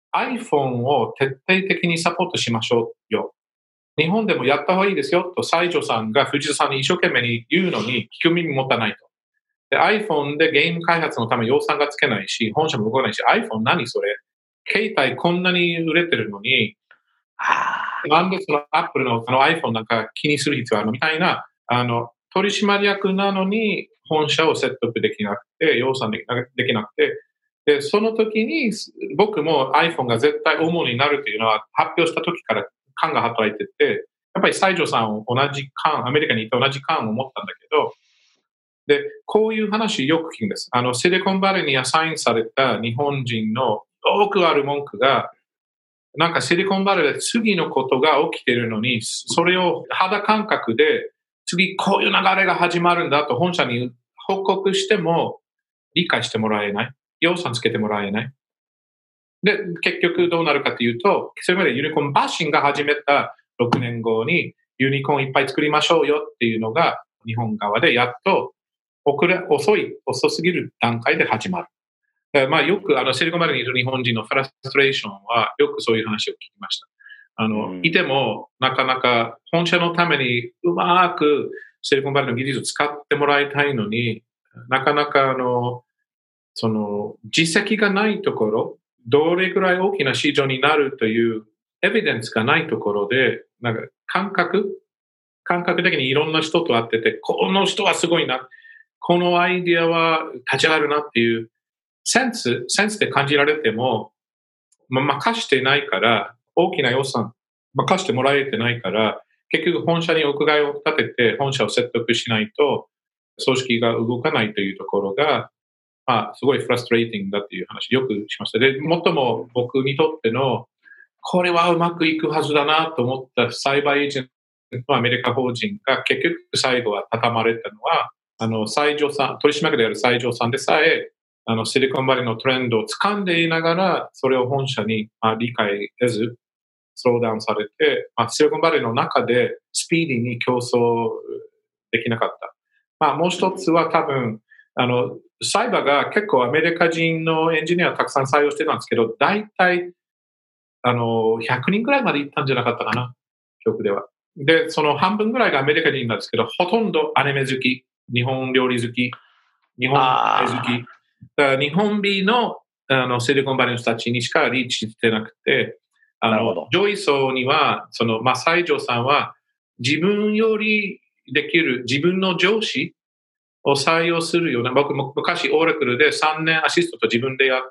iPhone を徹底的にサポートしましょうよ。日本でもやった方がいいですよと西条さんが藤田さんに一生懸命に言うのに聞く耳持たないと。で、iPhone でゲーム開発のため予算がつけないし、本社も動かないし、iPhone 何それ？携帯こんなに売れてるのに、なんでその Apple のあの iPhone なんか気にする必要あるのみたいな、あの、取締役なのに本社を説得できなくて、予算できなくて、で、その時に僕も iPhone が絶対主になるというのは発表した時から感が働いてて、やっぱり西条さんを同じ感、アメリカにいて同じ感を持ったんだけど、で、こういう話よく聞くんです。あの、シリコンバレーにアサインされた日本人の多くある文句が、なんかシリコンバレーで次のことが起きているのに、それを肌感覚で、次こういう流れが始まるんだと本社に報告しても理解してもらえない。予算つけてもらえない。で、結局どうなるかというと、それまでユニコーンバッシングが始めたろくねんごにユニコーンいっぱい作りましょうよっていうのが日本側でやっと遅れ、遅い、遅すぎる段階で始まる。まあよくあのシリコンバレーにいる日本人のフラストレーションはよくそういう話を聞きました。あの、いてもなかなか本社のためにうまくシリコンバレーの技術を使ってもらいたいのに、なかなかあの、その実績がないところ、どれくらい大きな市場になるというエビデンスがないところで、なんか感覚、感覚的にいろんな人と会ってて、この人はすごいな、このアイディアは立ち上がるなっていうセンス、センスで感じられても、ま、任してないから、大きな予算任してもらえてないから、結局本社に屋外を立てて本社を説得しないと組織が動かないというところが、まあ、すごいフラストレーティングだっていう話よくしました。で、もっとも僕にとっての、これはうまくいくはずだなと思ったサイバーエージェントのアメリカ法人が結局最後は畳まれたのは、あの、西条さん、取締役である西条さんでさえ、あの、シリコンバレーのトレンドを掴んでいながら、それを本社に、まあ、理解せず、スローダウンされて、まあ、シリコンバレーの中でスピーディーに競争できなかった。まあ、もう一つは多分、あの、サイバーが結構アメリカ人のエンジニアをたくさん採用してたんですけど、大体、あの、ひゃくにんくらいまで行ったんじゃなかったかな、記憶では。で、その半分くらいがアメリカ人なんですけど、ほとんどアニメ好き、日本料理好き、日本絵好き。だから日本美の、あの、シリコンバレーの人たちにしかリーチしてなくて、あの、上位層には、その、まあ、西条さんは自分よりできる自分の上司を採用するような、僕も昔オーラクルでさんねんアシストと自分でやって、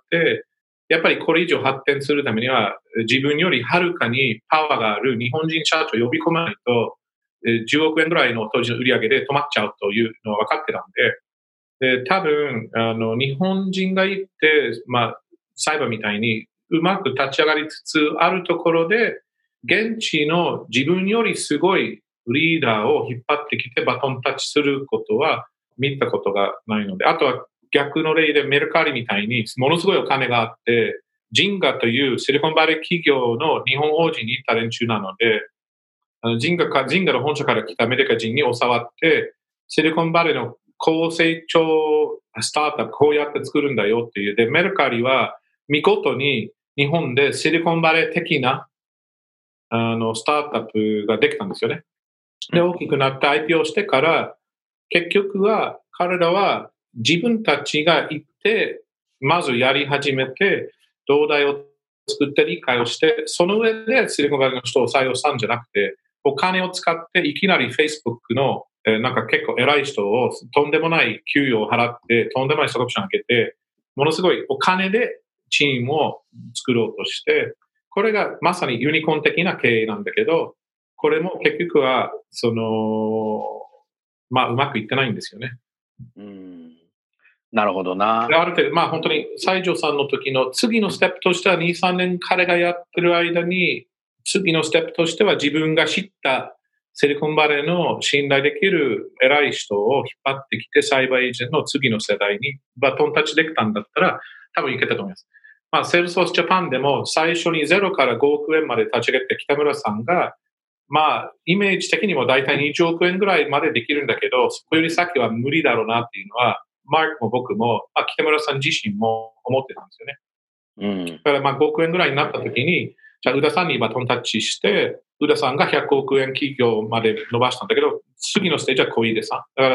やっぱりこれ以上発展するためには、自分よりはるかにパワーがある日本人社長を呼び込まないと、じゅうおくえんぐらいの当時の売り上げで止まっちゃうというのは分かってたんで、で、多分、あの、日本人が行って、まあ、サイバーみたいにうまく立ち上がりつつあるところで、現地の自分よりすごいリーダーを引っ張ってきてバトンタッチすることは、 見たことがないので、あとは逆の例でメルカリみたいにものすごいお金があって、ジンガというシリコンバレー企業の日本法人に行った連中なので、あのジンガか、ジンガの本社から来たアメリカ人に教わって、シリコンバレーの高成長スタートアップこうやって作るんだよっていう。で、メルカリは見事に日本でシリコンバレー的なあのスタートアップができたんですよね。で、大きくなって アイピーオー してから、結局は彼らは自分たちが行って、まずやり始めて、土台を作って理解をして、その上でシリコンバレーの人を採用したんじゃなくて、お金を使っていきなり Facebook の、えー、なんか結構偉い人をとんでもない給与を払って、とんでもないストックオプションを開けて、ものすごいお金でチームを作ろうとして、これがまさにユニコーン的な経営なんだけど、これも結局は、その、まあうまくいってないんですよね。 うんなるほどな。 ある程度、まあ本当に西条さんの時の次のステップとしてはに、さんねん彼がやってる間に、次のステップとしては自分が知ったシリコンバレーの信頼できる偉い人を引っ張ってきて、サイバーエージェントの次の世代にバトンタッチできたんだったら、多分いけたと思います。まあ、セールスフォースジャパンでも最初にゼロからごおくえんまで立ち上げて北村さんが、まあ、イメージ的にも大体にじゅうおくえんぐらいまでできるんだけど、そこより先は無理だろうなっていうのは、マークも僕も、まあ、北村さん自身も思ってたんですよね。うん。だからまあごおくえんぐらいになった時に、じゃあ宇田さんにバトンタッチして、宇田さんがひゃくおくえん企業まで伸ばしたんだけど、次のステージは小出さん。だから、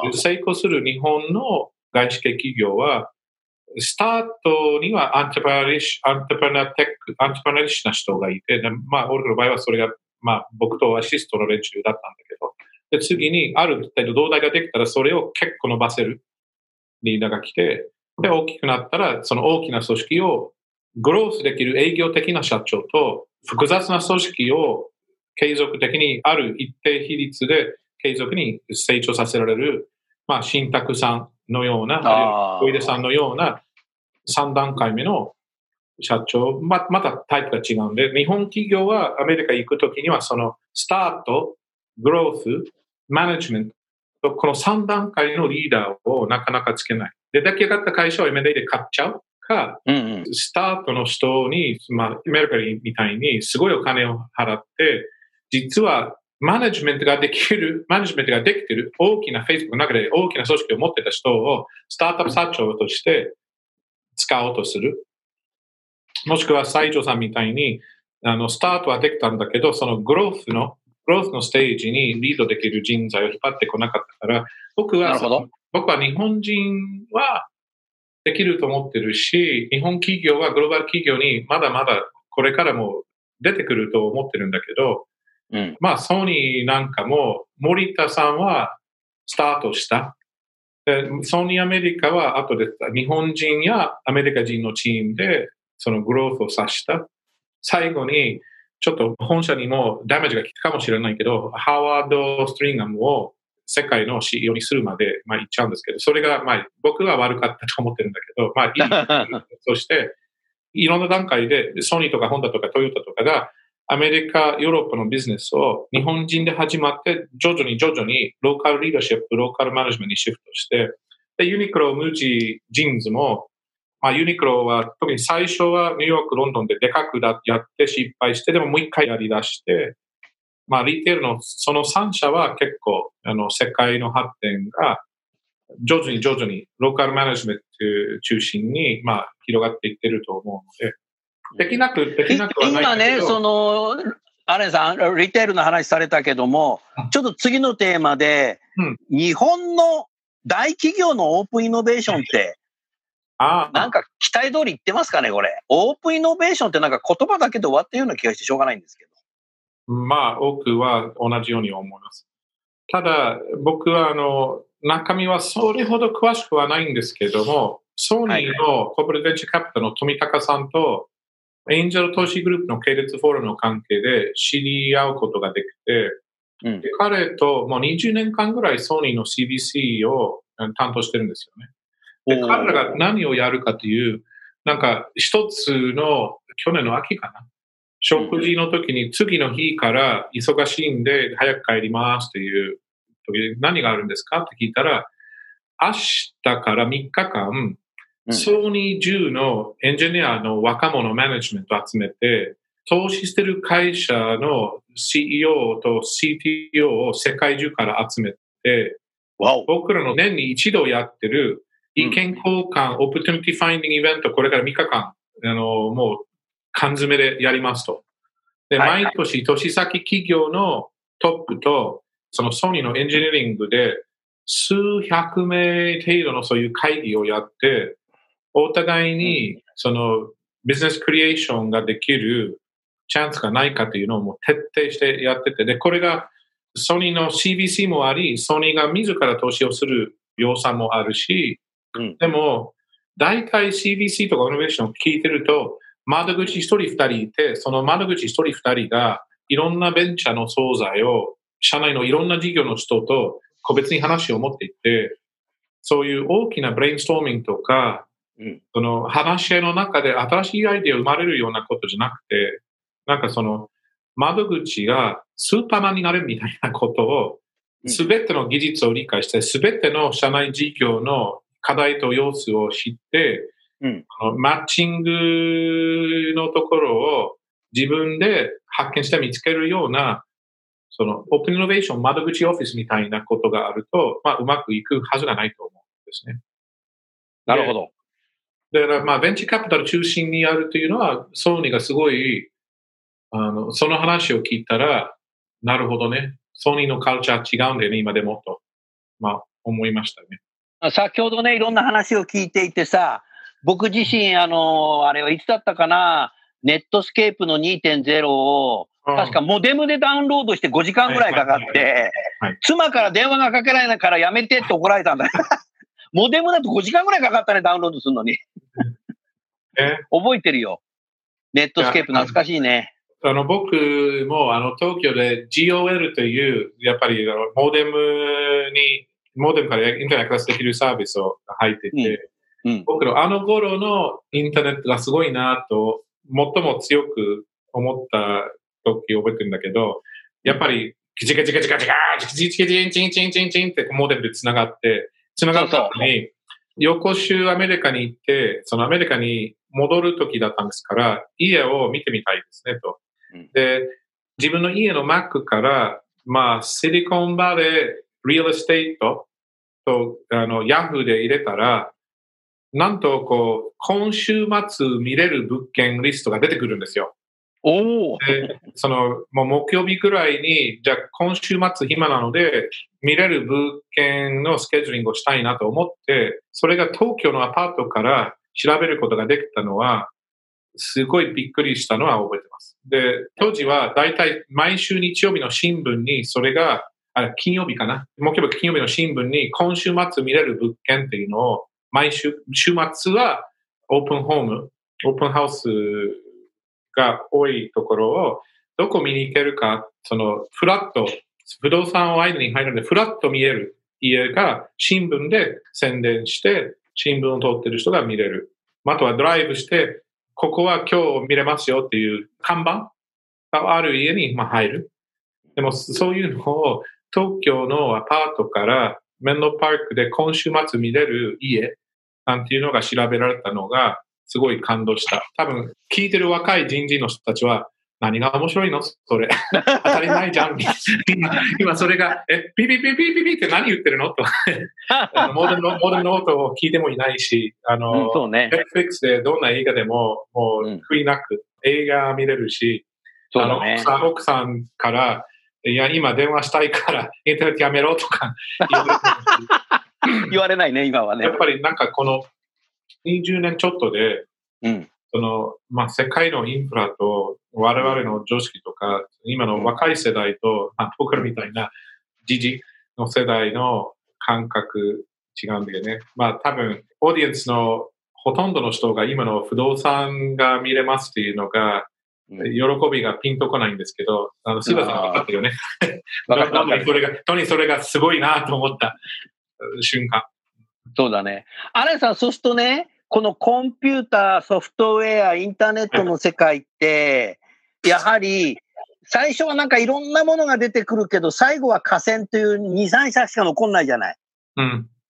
成功する日本の外資系企業は、スタートにはアントプラリッシュ、アントプラナーテック、アントプラナリッシュな人がいて、まあ、俺の場合はそれが、まあ、僕とアシストの連中だったんだけど、で、次にある程度同台ができたら、それを結構伸ばせるリーダーが来て、で、大きくなったら、その大きな組織をグロースできる営業的な社長と、複雑な組織を継続的にある一定比率で継続に成長させられる、まあ、新宅さんのような、小出さんのようなさん段階目の社長、ま、またタイプが違うんで、日本企業はアメリカ行くときにはそのスタート、グロース、マネジメント、このさん段階のリーダーをなかなかつけない。で、出来上がった会社を エムアンドエー で買っちゃうか、うんうん、スタートの人に、まあ、アメリカみたいにすごいお金を払って、実はマネジメントができる、マネジメントができている大きな Facebook の中で大きな組織を持ってた人をスタートアップ社長として使おうとする。もしくは西条さんみたいに、あの、スタートはできたんだけど、そのグロースの、グロースのステージにリードできる人材を引っ張ってこなかったから、僕は、僕は日本人はできると思ってるし、日本企業はグローバル企業にまだまだこれからも出てくると思ってるんだけど、うん、まあ、ソニーなんかも、森田さんはスタートした。でソニーアメリカは後で日本人やアメリカ人のチームでそのグロースを指した。最後に、ちょっと本社にもダメージが来たかもしれないけど、ハワード・ストリンガムを世界の シーイーオー にするまで、まあ、言っちゃうんですけど、それが、まあ、僕は悪かったと思ってるんだけど、まあ、いい。そして、いろんな段階で、ソニーとかホンダとかトヨタとかが、アメリカ、ヨーロッパのビジネスを日本人で始まって、徐々に徐々にローカルリーダーシップ、ローカルマネジメントにシフトして、で、ユニクロ、ムージー、ジーンズも、まあ、ユニクロは特に最初はニューヨーク、ロンドンででかくやって失敗して、でももう一回やり出して、まあ、リテールのそのさん社は結構、あの、世界の発展が徐々に徐々にローカルマネジメント中心に、まあ、広がっていってると思うので、できなく、できなくはないけど。 今ね、その、アレンさん、リテールの話されたけども、ちょっと次のテーマで、うん、日本の大企業のオープンイノベーションって、あなんか期待通り言ってますかね、これ。オープンイノベーションってなんか言葉だけで終わってるような気がしてしょうがないんですけど。 まあ、多くは同じように思います。ただ、僕はあの、中身はそれほど詳しくはないんですけども、ソニーのコーポレートベンチャーキャピタルの富高さんと、エンジェル投資グループの系列フォーラムの関係で知り合うことができて、うん、で彼ともうにじゅうねんかんぐらいソニーの シービーシー を担当してるんですよね。で、彼らが何をやるかという、なんか一つの去年の秋かな。食事の時に次の日から忙しいんで早く帰りますという時何があるんですかって聞いたら、 明日からみっかかん、うん、ソニー中のエンジニアの若者マネジメントを集めて、投資してる会社の シーイーオー と シーティーオー を世界中から集めて、僕らの年に一度やってる意見交換、オプティニティファインディングイベント、これからみっかかん、あの、もう缶詰でやりますと。で、毎年、年先企業のトップと、そのソニーのエンジニアリングで、数百名程度のそういう会議をやって、お互いに、その、ビジネスクリエーションができるチャンスがないかというのをもう徹底してやってて、で、これがソニーの シービーシー もあり、ソニーが自ら投資をする要素もあるし、うん、でも、大体 シービーシー とかイノベーションを聞いてると、窓口一人二人いて、その窓口一人二人がいろんなベンチャーの惣菜を、社内のいろんな事業の人と個別に話を持っていって、そういう大きなブレインストーミングとか、うん、その話し合いの中で新しいアイデアが生まれるようなことじゃなくて、なんかその窓口がスーパーマンになれるみたいなことを、すべての技術を理解して、すべての社内事業の課題と要素を知って、うん、マッチングのところを自分で発見して見つけるような、そのオープンイノベーション窓口オフィスみたいなことがあると、まあうまくいくはずがないと思うんですね。 なるほど。 だからまあベンチャーキャピタル中心にやるというのは、ソニーがすごい、あの、その話を聞いたら、なるほどね。ソニーのカルチャー違うんだよね、今でもと、まあ思いましたね。 先ほどね、いろんな話を聞いていてさ、僕自身、あの、あれはいつだったかな、ネットスケープの にてんゼロ を、確かモデムでダウンロードしてごじかんぐらいかかって、妻から電話がかけられないからやめてって怒られたんだ。モデムだとごじかんぐらいかかったね、ダウンロードするのに。え覚えてるよ。ネットスケープ懐かしいね。 あの、僕も、あの、東京で ジーオーエル という、やっぱり、モデムに、モデムからインターネットアクセスできるサービスを入っていて、うんうん、僕のあの頃のインターネットがすごいなと、最も強く思った時覚えてるんだけど、やっぱり、キチキチキチキチキチキチキチンチンチンチンチンってモデムで繋がって、繋がった後に、横州アメリカに行って、そのアメリカに戻る時だったんですから、家を見てみたいですねと。で、自分の家の Mac から、まあ、シリコンバレー、リアルエステートと、あの、Yahoo で入れたら、なんと、こう、今週末見れる物件リストが出てくるんですよ。 おー。 で、その、もう木曜日くらいに、じゃあ今週末暇なので、見れる物件のスケジューリングをしたいなと思って、それが東京のアパートから調べることができたのは、すごいびっくりしたのは覚えてます。で、当時はだいたい毎週日曜日の新聞に、それが、あ、金曜日かな。木曜日、金曜日の新聞に、今週末見れる物件っていうのを、毎週、週末はオープンホーム、オープンハウスが多いところを、どこ見に行けるか、その、フラット、不動産を間に入るので、フラット見える家が新聞で宣伝して、新聞を通ってる人が見れる。あとはドライブして、ここは今日見れますよっていう看板がある家に入る。でもそういうのを東京のアパートからメンロパークで今週末見れる家なんていうのが調べられたのがすごい感動した。多分聞いてる若い人事の人たちは何が面白いのそれ。当たり前じゃん。今、今それが、え、ピピピピピピって何言ってるのと。あのモデルの、モデルの音を聞いてもいないし、あの、 うん、そうね。 Netflix でどんな映画でも、もう、悔いなく映画見れるし、 うん、そうだね、 あの、奥さん、奥さんから、いや、今電話したいから、インターネットやめろとか言われ言われないね、今はね。 やっぱりなんかこのにじゅうねんちょっとで、 うん、 その、まあ、世界のインフラと我々の常識とか、今の若い世代と、まあ、僕らみたいな時事の世代の感覚違うんだよね。まあ、多分、オーディエンスのほとんどの人が今の不動産が見れますっていうのが、喜びがピンとこないんですけど、あの、スーダさん分かったよね。トニーそれが、トニーそれがすごいなと思った瞬間。 そうだね。アレンさん、そうするとね、このコンピューター、ソフトウェア、インターネットの世界って、やはり、最初はなんかいろんなものが出てくるけど、最後は河川というに、さん社しか残んないじゃない。 うん。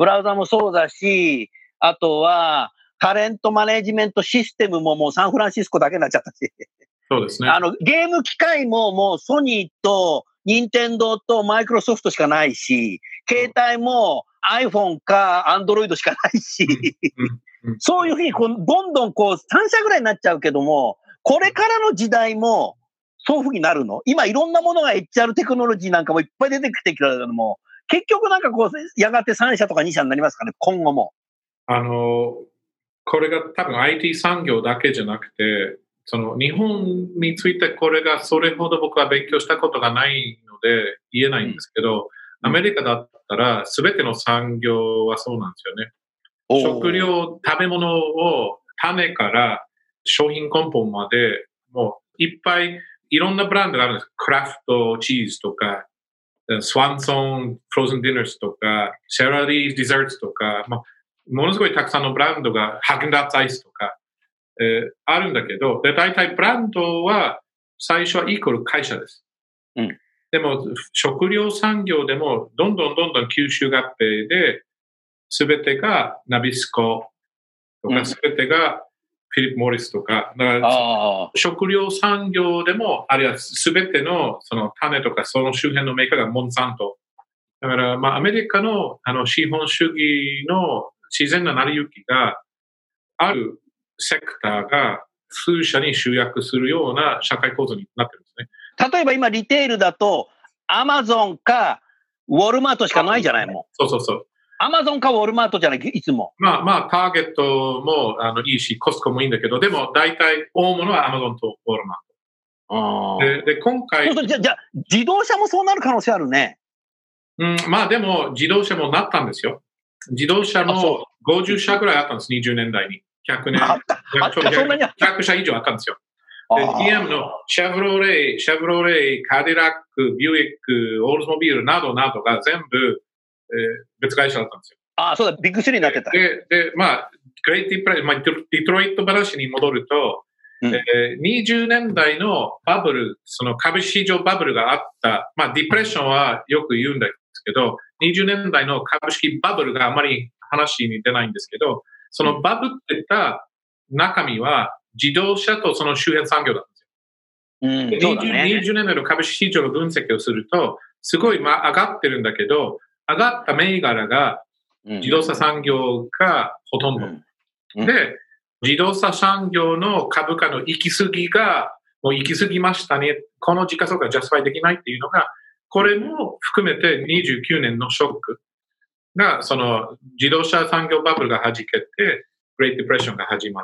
ブラウザもそうだし、あとは、タレントマネジメントシステムももうサンフランシスコだけになっちゃったし。 そうですね。 あの、ゲーム機械ももうソニーと、ニンテンドーとマイクロソフトしかないし、携帯も iPhone か Android しかないし、うんうん、そういうふうにこうどんどんこうさん社ぐらいになっちゃうけども、これからの時代もそういうふうになるの？今いろんなものが エイチアール テクノロジーなんかもいっぱい出てきてきたけども、結局なんかこう、やがてさん社とかに社になりますかね、今後も。 あの、これが多分 アイティー 産業だけじゃなくて、その日本についてこれがそれほど僕は勉強したことがないので言えないんですけど、うん、アメリカだったら全ての産業はそうなんですよね。食料、食べ物を種から商品根本までもういっぱいいろんなブランドがあるんです。クラフトチーズとか、スワンソンフローズンディナーズとか、セラリーデザートとか、まあ、ものすごいたくさんのブランドがハーゲンダッツアイスとか、えー、あるんだけど、で、大体ブランドは最初はイコール会社です。 うん。 でも、食料産業でもどんどんどんどん吸収合併で、すべてがナビスコとか、すべてがフィリップ・モリスとか、だから食料産業でも、あるいはすべてのその種とかその周辺のメーカーがモンサント。だから、まあ、アメリカのあの資本主義の自然な成り行きが、あるセクターが数社に集約するような社会構造になってるんですね。 例えば今リテールだと、アマゾンかウォルマートしかないじゃないもん。 そうそうそう。 アマゾンかウォルマートじゃない、いつも。 まあまあ、ターゲットもあのいいし、コストコもいいんだけど、でも大体大物はアマゾンとウォルマート。 あで、で、今回。 じゃ、じゃ、自動車もそうなる可能性あるね。 うん、まあでも、自動車もなったんですよ。自動車もごじゅっ社ぐらいあったんです、にじゅうねんだいに。ひゃくねん。 あった、あった、そんなに。 ひゃく社以上あったんですよ。で、ジーエム のシェブロレイ、シェブロレイ、カディラック、ビューイック、オールズモビールなどなどが全部、えー、別会社だったんですよ。 ああ、そうだ、ビッグスリーになってた。 で、で、まあ、グレイティプレイ、まあ、ディトロイト話に戻ると、うん、えー、にじゅうねんだいのバブル、その株式市場バブルがあった、まあ、ディプレッションはよく言うんですけど、にじゅうねんだいの株式バブルがあまり話に出ないんですけど、そのバブってた中身は自動車とその周辺産業だったんですよ。 うん、そうだね。 にじゅうねんだいの株式市場の分析をすると、すごいまあ上がってるんだけど、上がった銘柄が自動車産業がほとんど。うんうん、で、自動車産業の株価の行き過ぎが、もう行き過ぎましたね。この時価総額がジャスファイできないっていうのが、これも含めてにじゅうきゅうねんのショックが、その自動車産業バブルが弾けて、グレートディプレッションが始まって、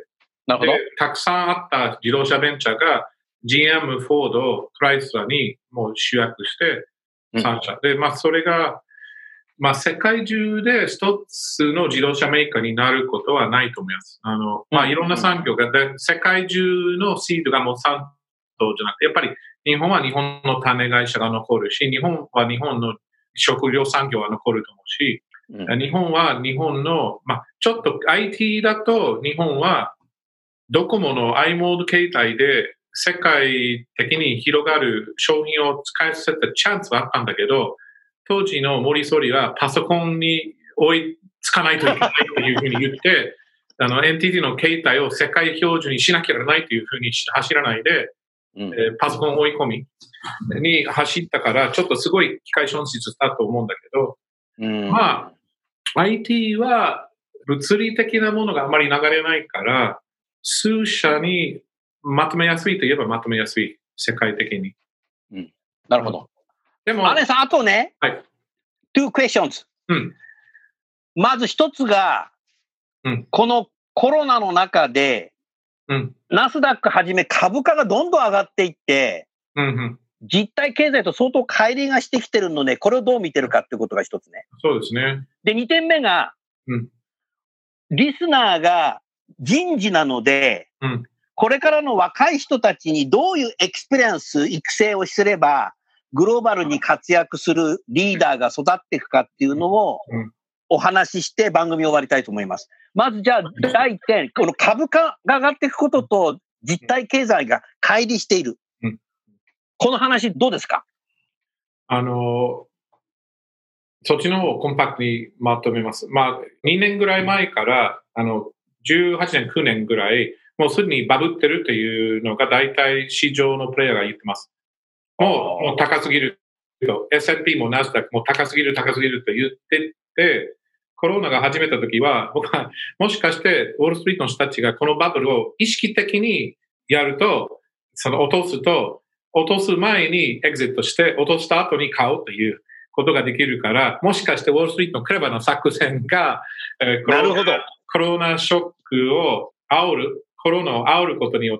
なるほど。 たくさんあった自動車ベンチャーが ジーエム、フォード、クライスラーにもう集約してさん社。うん、で、まあそれが、まあ世界中で一つの自動車メーカーになることはないと思います。あの、まあいろんな産業が、で世界中のシードがもうサントじゃなくて、やっぱり日本は日本の種会社が残るし、日本は日本の食料産業は残ると思うし、うん、日本は日本の、まあちょっと アイティー だと日本はドコモの i モード携帯で世界的に広がる商品を使い捨てたチャンスはあったんだけど、当時の森総理はパソコンに追いつかないといけないというふうに言って、あの エヌティーティー の携帯を世界標準にしなきゃいけないというふうに走らないで、うんえー、パソコン追い込みに走ったから、ちょっとすごい機械損失したと思うんだけど、うん、まあ、アイティー は物理的なものがあまり流れないから、数社にまとめやすいといえばまとめやすい、世界的に。 うん、なるほど。 でも、 アレンさん、あとね、 はい、 two questions。 うん、 まず一つが、 うん、 このコロナの中で、 うん、 ナスダックはじめ株価がどんどん上がっていって、 うんうん、 実体経済と相当乖離がしてきてるので、これをどう見てるかっていうことが一つね。 そうですね。 で、二点目が、 うん、 リスナーが人事なので、 うん、 これからの若い人たちにどういうエクスペリエンス、育成をすれば、グローバルに活躍するリーダーが育っていくかっていうのをお話しして番組を終わりたいと思います。まずじゃあ第一点、この株価が上がっていくことと実体経済が乖離している。 うん、 この話どうですか？ あの、 そっちの方をコンパクトにまとめます。まあ、にねんぐらい前から、あの、じゅうはちねん、きゅうねんぐらい、もうすでにバブってるというのが大体市場のプレイヤーが言ってます。もう、もう高すぎると、エスアンドピー もナスダックも高すぎる高すぎると言ってて、コロナが始めた時は、僕はもしかしてウォールストリートの人たちがこのバブルを意識的にやると、その落とすと、落とす前にエグジットして、落とした後に買うということができるから、もしかしてウォールストリートのクレバーな作戦が、えー、 なるほど。 コロナショックを煽る、コロナを煽ることによって、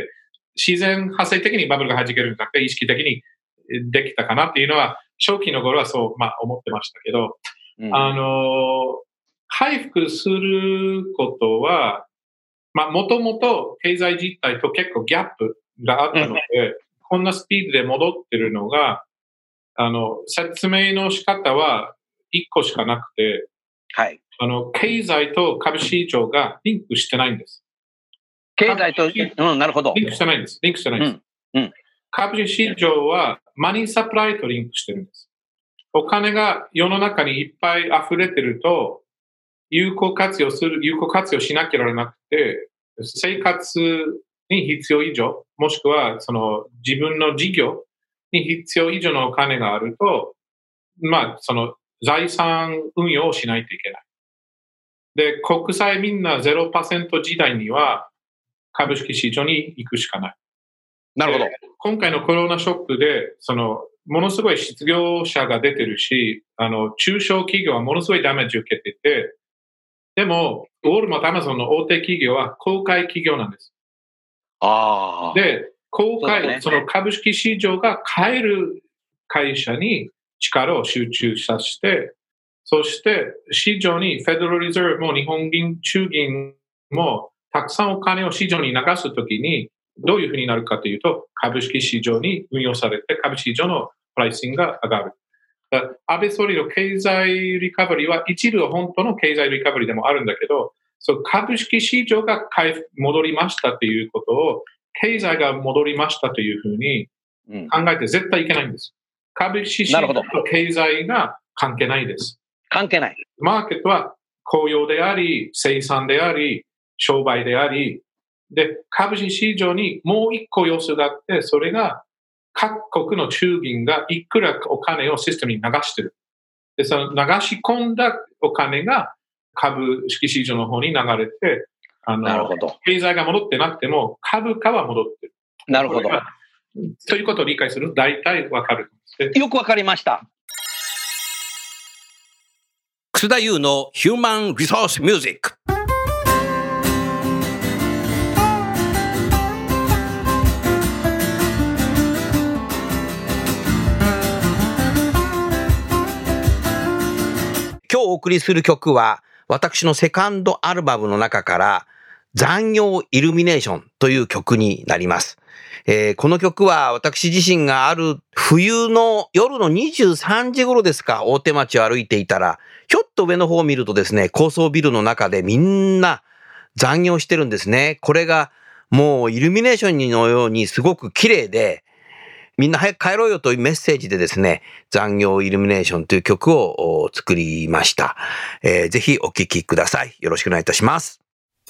自然発生的にバブルが弾けるんじゃなくて、意識的にできたかなっていうのは、初期の頃はそう、まあ思ってましたけど、うん、あの、回復することは、まあもともと経済実態と結構ギャップがあったので、うん、こんなスピードで戻ってるのが、あの、説明の仕方は一個しかなくて、 はい。 あの、経済と株式市場がリンクしてないんです。 経済と、うん、なるほど。 リンクしてないんです。リンクしてないんです。 うんうん、 株式市場はマニーサプライとリンクしてるんです。お金が世の中にいっぱい溢れてると、有効活用する、有効活用しなきゃならなくて、生活に必要以上、もしくはその自分の事業に必要以上のお金があると、まあ、その財産運用をしないといけない。で、国債みんな ゼロパーセント 時代には株式市場に行くしかない。 なるほど。 今回のコロナショックで、その、ものすごい失業者が出てるし、あの、中小企業はものすごいダメージを受けてて、でも、ウォールマート、アマゾンの大手企業は公開企業なんです。 ああ。 で、公開、そ,、ね、その株式市場が買える会社に力を集中させて、そして市場にフェデラルリザーブも日本銀、中銀もたくさんお金を市場に流すときにどういうふうになるかというと、株式市場に運用されて株式市場のプライシングが上がる。安倍総理の経済リカバリーは一部本当の経済リカバリーでもあるんだけど、そう株式市場が戻りましたということを、経済が戻りましたというふうに考えて絶対いけないんです。株式市場と経済が関係ないです。 関係ない。 マーケットは雇用であり、生産であり、商売であり、で、株式市場にもう一個要素があって、それが各国の中銀がいくらお金をシステムに流してる。で、その流し込んだお金が株式市場の方に流れて、あの、 なるほど。 経済が戻ってなくても株価は戻ってる。 なるほど。 ということを理解すると大体わかる。 よくわかりました。楠田優のヒューマンリソースミュージック。今日お送りする曲は私のセカンドアルバムの中から残業イルミネーションという曲になります。えー、この曲は私自身がある冬の夜のにじゅうさんじ頃ですか、大手町を歩いていたら、ひょっと上の方を見るとですね、高層ビルの中でみんな残業してるんですね。これがもうイルミネーションのようにすごく綺麗で、みんな早く帰ろうよというメッセージでですね、残業イルミネーションという曲を作りました。えー、ぜひお聴きください。よろしくお願いいたします。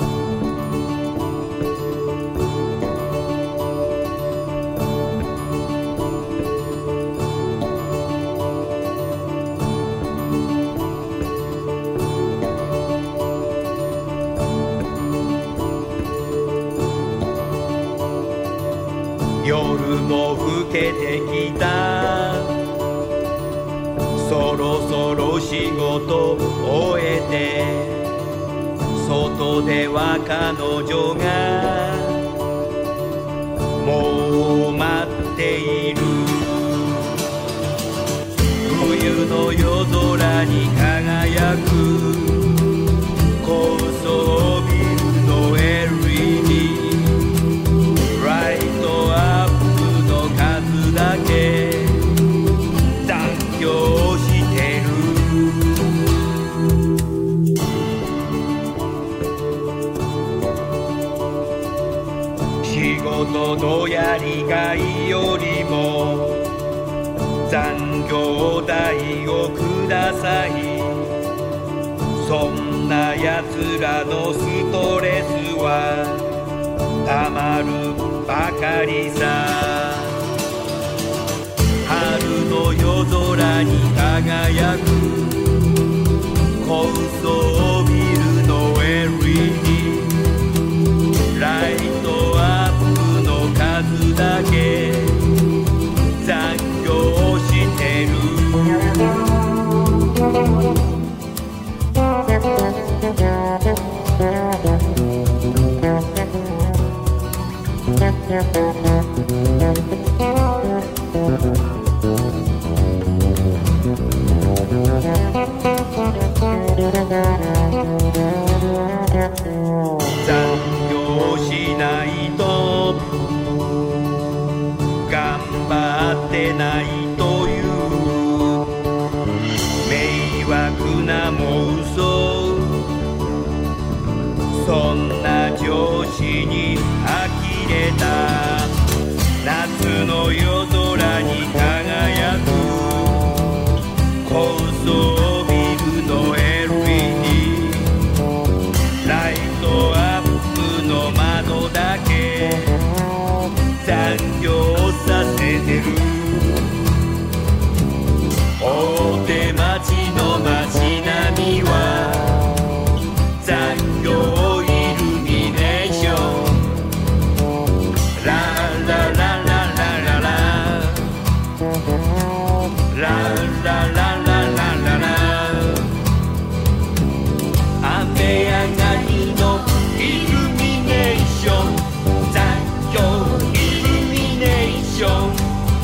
夜も更けてきた、そろそろ仕事終えて、外では彼女がもう待っている。冬の夜空に輝く高層ビルの エルイーディー、 ライトアップの数だけ残業してる。仕事のやりがいよりも残業代をくダサいそんな奴らのストレスはたまるばかりさ春の夜空に輝く高層ビルの エルイーディー ライトアップの数だけ残業してる残業しないと頑張ってないという迷惑な妄想そんな上司に呆れた夏の夜空に輝く高層ビルの エルイーディー ライトアップの窓だけ残業させてる大手町の街並みは残業イルミネーションラララララララララララララ雨上がりのイルミネーション残業イルミネーション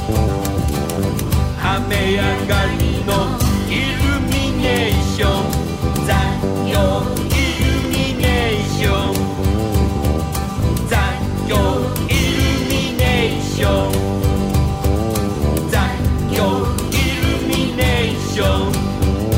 雨上がりのイルミネーション残業イルミネーション残業イルミネーション残業イルミネーション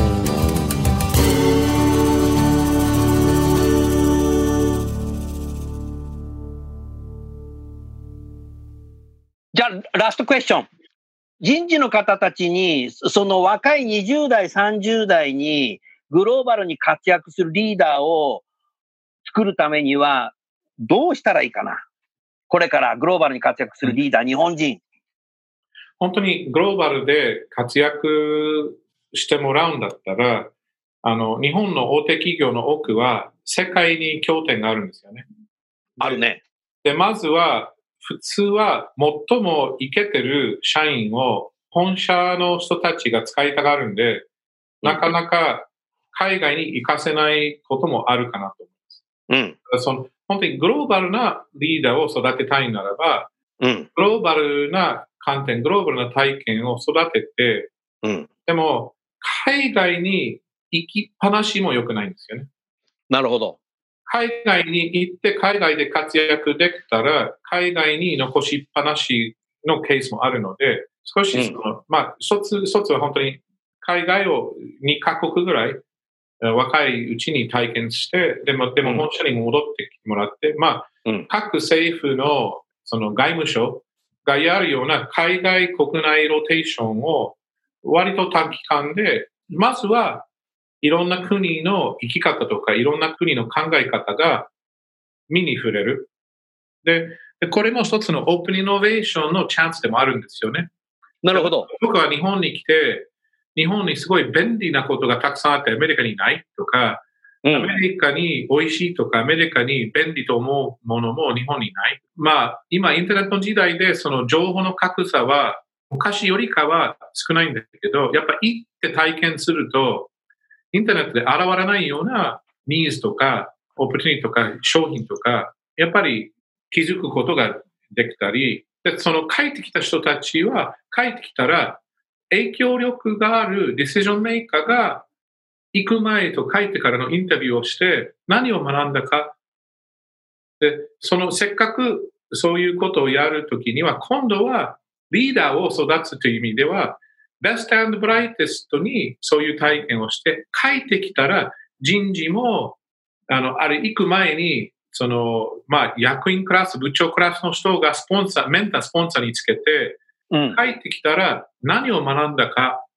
じゃあラストクエスチョン人事の方たちにその若いにじゅう代さんじゅう代にグローバルに活躍するリーダーを作るためにはどうしたらいいかなこれからグローバルに活躍するリーダー、日本人本当にグローバルで活躍してもらうんだったらあの日本の大手企業の多くは世界に拠点があるんですよねあるねでまずは普通は最もイケてる社員を本社の人たちが使いたがるんで、なかなか海外に行かせないこともあるかなと思います。うん、その本当にグローバルなリーダーを育てたいならば、うん、グローバルな観点、グローバルな体験を育てて、うん、でも海外に行きっぱなしも良くないんですよね。 なるほど。 海外に行って海外で活躍できたら海外に残しっぱなしのケースもあるので少しその、うん、まあ一つ一つは本当に海外をにカ国ぐらい若いうちに体験してでもでも本社に戻ってきてもらって、うん、まあ、うん、各政府のその外務省がやるような海外国内ローテーションを割と短期間でまずはいろんな国の生き方とか、いろんな国の考え方が身に触れる。で、でこれも一つのオープンイノベーションのチャンスでもあるんですよね。 なるほど。 僕は日本に来て、日本にすごい便利なことがたくさんあって、アメリカにないとか、うん、アメリカに美味しいとか、アメリカに便利と思うものも日本にない。まあ、今インターネットの時代でその情報の格差は昔よりかは少ないんだけど、やっぱ行って体験すると、インターネットで現れないようなニーズとか、オプチュニティとか、商品とか、やっぱり気づくことができたり、でその帰ってきた人たちは、帰ってきたら影響力があるディシジョンメーカーが行く前と帰ってからのインタビューをして何を学んだか。で、そのせっかくそういうことをやるときには、今度はリーダーを育つという意味では、ベスト&ブライテストにそういう体験をして帰ってきたら人事もあのあれ行く前にそのまあ役員クラス部長クラスの人がスポンサーメンタースポンサーにつけて、うん、帰ってきたら何を学んだか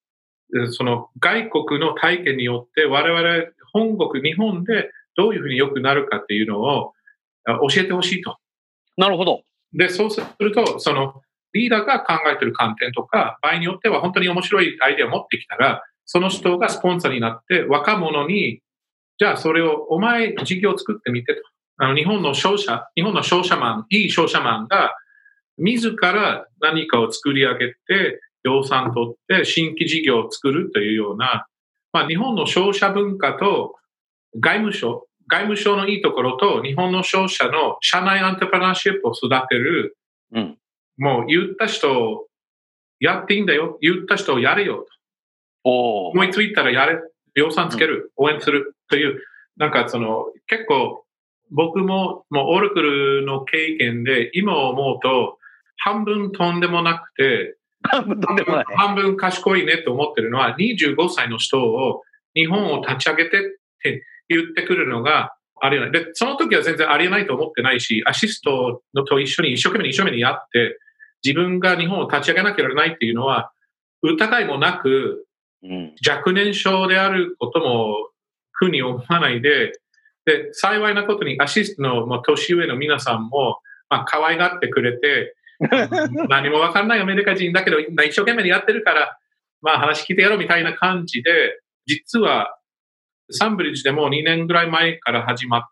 その外国の体験によって我々本国、日本でどういうふうに良くなるかっていうのを教えてほしいと。 なるほど。 で、そうすると、そのリーダーが考えている観点とか、場合によっては本当に面白いアイデアを持ってきたら、その人がスポンサーになって若者に、じゃあそれをお前事業を作ってみてと。あの日本の商社、日本の商社マン、いい商社マンが自ら何かを作り上げて、予算取って新規事業を作るというような、まあ日本の商社文化と外務省、外務省のいいところと日本の商社の社内アントプレナーシップを育てる、うん、もう言った人をやっていいんだよ、言った人をやれよと。思いついたらやれ、予算つける、うん、応援するという、なんかその結構僕ももうオラクルの経験で今思うと半分とんでもなくて、半分とんでもない。半分賢いねと思ってるのはにじゅうごさいの人を日本を立ち上げてって言ってくるのがありえない。で、その時は全然ありえないと思ってないし、アシストのと一緒に一生懸命一生懸命やって自分が日本を立ち上げなきゃいけないっていうのは疑いもなく、うん、若年症であることも苦に思わないで、で、幸いなことにアシストの、まあ、年上の皆さんも、まあ、可愛がってくれて、何もわかんないアメリカ人だけど、一生懸命やってるから、まあ話聞いてやろうみたいな感じで、実は、サンブリッジでもにねんぐらい前から始まって、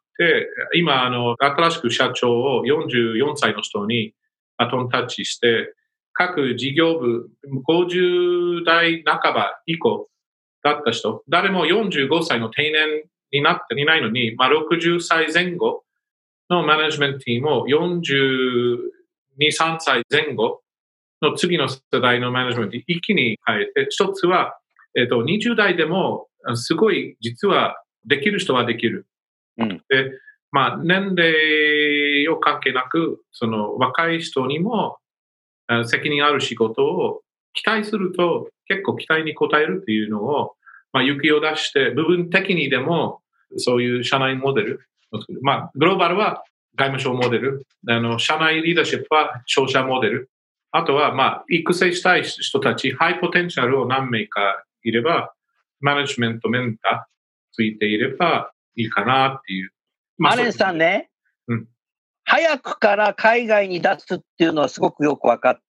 今、あの、新しく社長をよんじゅうよんさいの人にバトンタッチして、各事業部、ごじゅう代半ば以降だった人、誰もよんじゅうごさいの定年になっていないのに、まあ、ろくじゅっさい前後のマネジメントチームをよんじゅうに、さんさい前後の次の世代のマネジメントに一気に変えて、一つは、えっと、にじゅう代でもすごい実はできる人はできる。うん、で、まあ、年齢を関係なく、その若い人にも責任ある仕事を期待すると結構期待に応えるっていうのを、まあ、勇気を出して、部分的にでも、そういう社内モデルを作る。まあ、グローバルは外務省モデル、あの、社内リーダーシップは商社モデル。あとは、まあ、育成したい人たち、ハイポテンシャルを何名かいれば、マネジメントメンターついていればいいかなっていう。 まあ、アレンさんね、うん、早くから海外に出すっていうのはすごくよく分かって、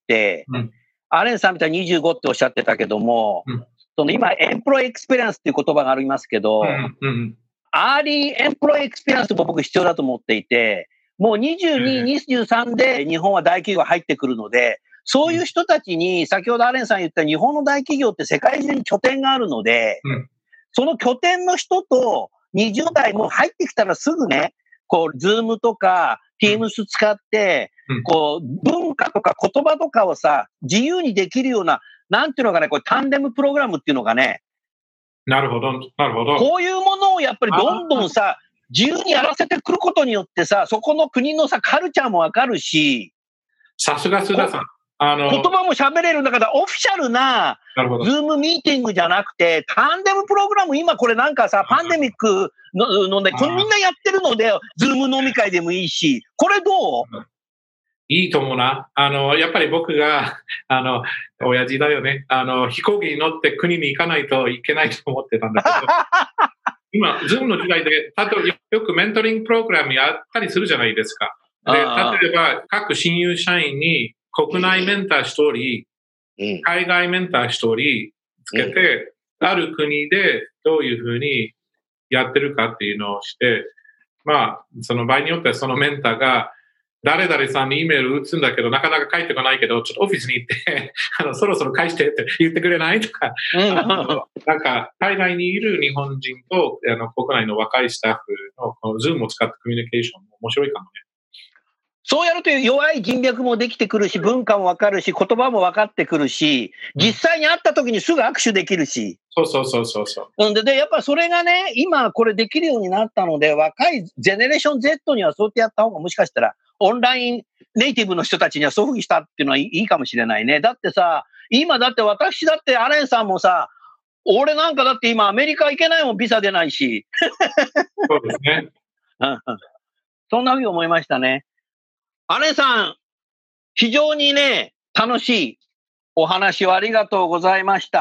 うん、アレンさんみたいににじゅうごっておっしゃってたけども、うんその今、エンプロイエクスペリエンスっていう言葉がありますけど、うんうん、アーリーエンプロイエクスペリエンスも僕必要だと思っていて、もうにじゅうに、にじゅうさんで日本は大企業が入ってくるので、そういう人たちに、先ほどアレンさん言った日本の大企業って世界中に拠点があるので、うん、その拠点の人とにじゅう代も入ってきたらすぐね、こう、ズームとか、ティームス使って、うん、こう、文化とか言葉とかをさ、自由にできるような、なんていうのかね、これタンデムプログラムっていうのがね。 なるほど、なるほど。 こういうものをやっぱりどんどんさ、自由にやらせてくることによってさ、そこの国のさ、カルチャーもわかるし。 さすが須田さん。 あの、言葉も喋れるんだから、オフィシャルな、ズームミーティングじゃなくて、タンデムプログラム、今これなんかさ、パンデミックの、のね、これみんなやってるので、ズーム飲み会でもいいし、これどう？ いいと思うな。あの、やっぱり僕が、あの、親父だよね。あの、飛行機に乗って国に行かないといけないと思ってたんだけど、今、ズームの時代で、例えばよくメントリングプログラムやったりするじゃないですか。で、例えば、各新入社員に国内メンター一人、海外メンター一人つけて、ある国でどういうふうにやってるかっていうのをして、まあ、その場合によってはそのメンターが、誰々さんに E メール打つんだけど、なかなか返ってこないけど、ちょっとオフィスに行って、あの、そろそろ返してって言ってくれないとか、うん、なんか、海外にいる日本人と、あの、国内の若いスタッフの、この Zoom を使ったコミュニケーションも面白いかもね。 そうやると弱い人脈もできてくるし、文化もわかるし、言葉も分かってくるし、実際に会った時にすぐ握手できるし。 そうそうそうそうそう。 うんで、で、やっぱそれがね、今これできるようになったので、若いジェネレーション Z にはそうやってやった方がもしかしたら、オンラインネイティブの人たちにはそういうふうにしたっていうのはいいかもしれないね。だってさ、今だって私だってアレンさんもさ、俺なんかだって今アメリカ行けないもん、ビザ出ないし。 そうですね。 そんなふうに思いましたね。アレンさん、非常にね、楽しいお話をありがとうございました。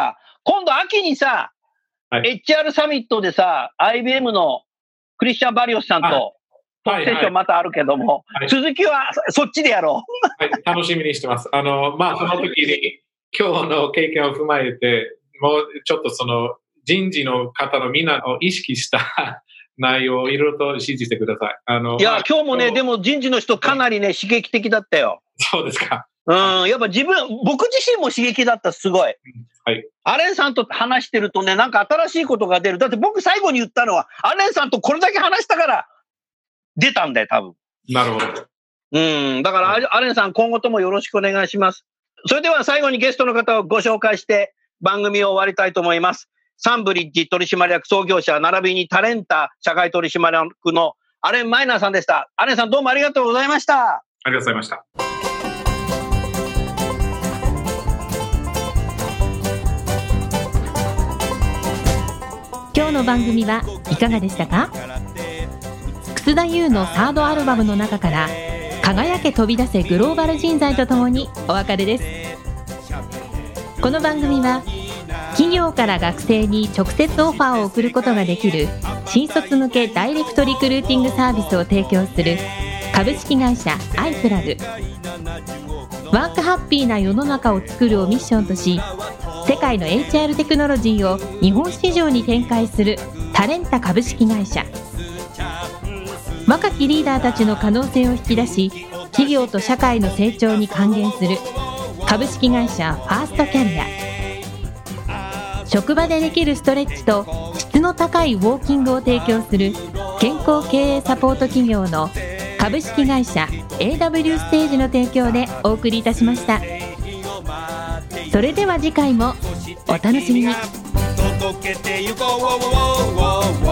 今度秋にさ、はい、エイチアール サミットでさ、アイビーエム のクリスチャン・バリオスさんとトークセッションまたあるけども、はいはい、続きはそっちでやろう。はい、楽しみにしてます。あの、まあ、その時に今日の経験を踏まえて、もうちょっとその人事の方のみんなを意識した内容をいろいろと指示してください。あの、 いや、今日もね、でも人事の人かなりね、刺激的だったよ。 そうですか。 うん、やっぱ自分、僕自身も刺激だった、すごい。 はい。 アレンさんと話してるとね、なんか新しいことが出る。だって僕最後に言ったのは、アレンさんとこれだけ話したから出たんだよ、多分。 なるほど。 うん、だから、はい、アレンさん今後ともよろしくお願いします。それでは最後にゲストの方をご紹介して番組を終わりたいと思います。サンブリッジ取締役創業者並びにタレンタ社会取締役のアレン・マイナーさんでした。アレンさんどうもありがとうございました。 ありがとうございました。 今日の番組はいかがでしたか？楠田優のサードアルバムの中から輝け飛び出せグローバル人材とともにお別れです。この番組は企業から学生に直接オファーを送ることができる新卒向けダイレクトリクルーティングサービスを提供する株式会社アイプラグ、ワークハッピーな世の中を作るをミッションとし、世界の エイチアール テクノロジーを日本市場に展開するタレンタ株式会社。若きリーダーたちの可能性を引き出し、企業と社会の成長に還元する株式会社ファーストキャリア。職場でできるストレッチと質の高いウォーキングを提供する健康経営サポート企業の株式会社 エーダブリュー ステージの提供でお送りいたしました。それでは次回もお楽しみに。届けてゆこう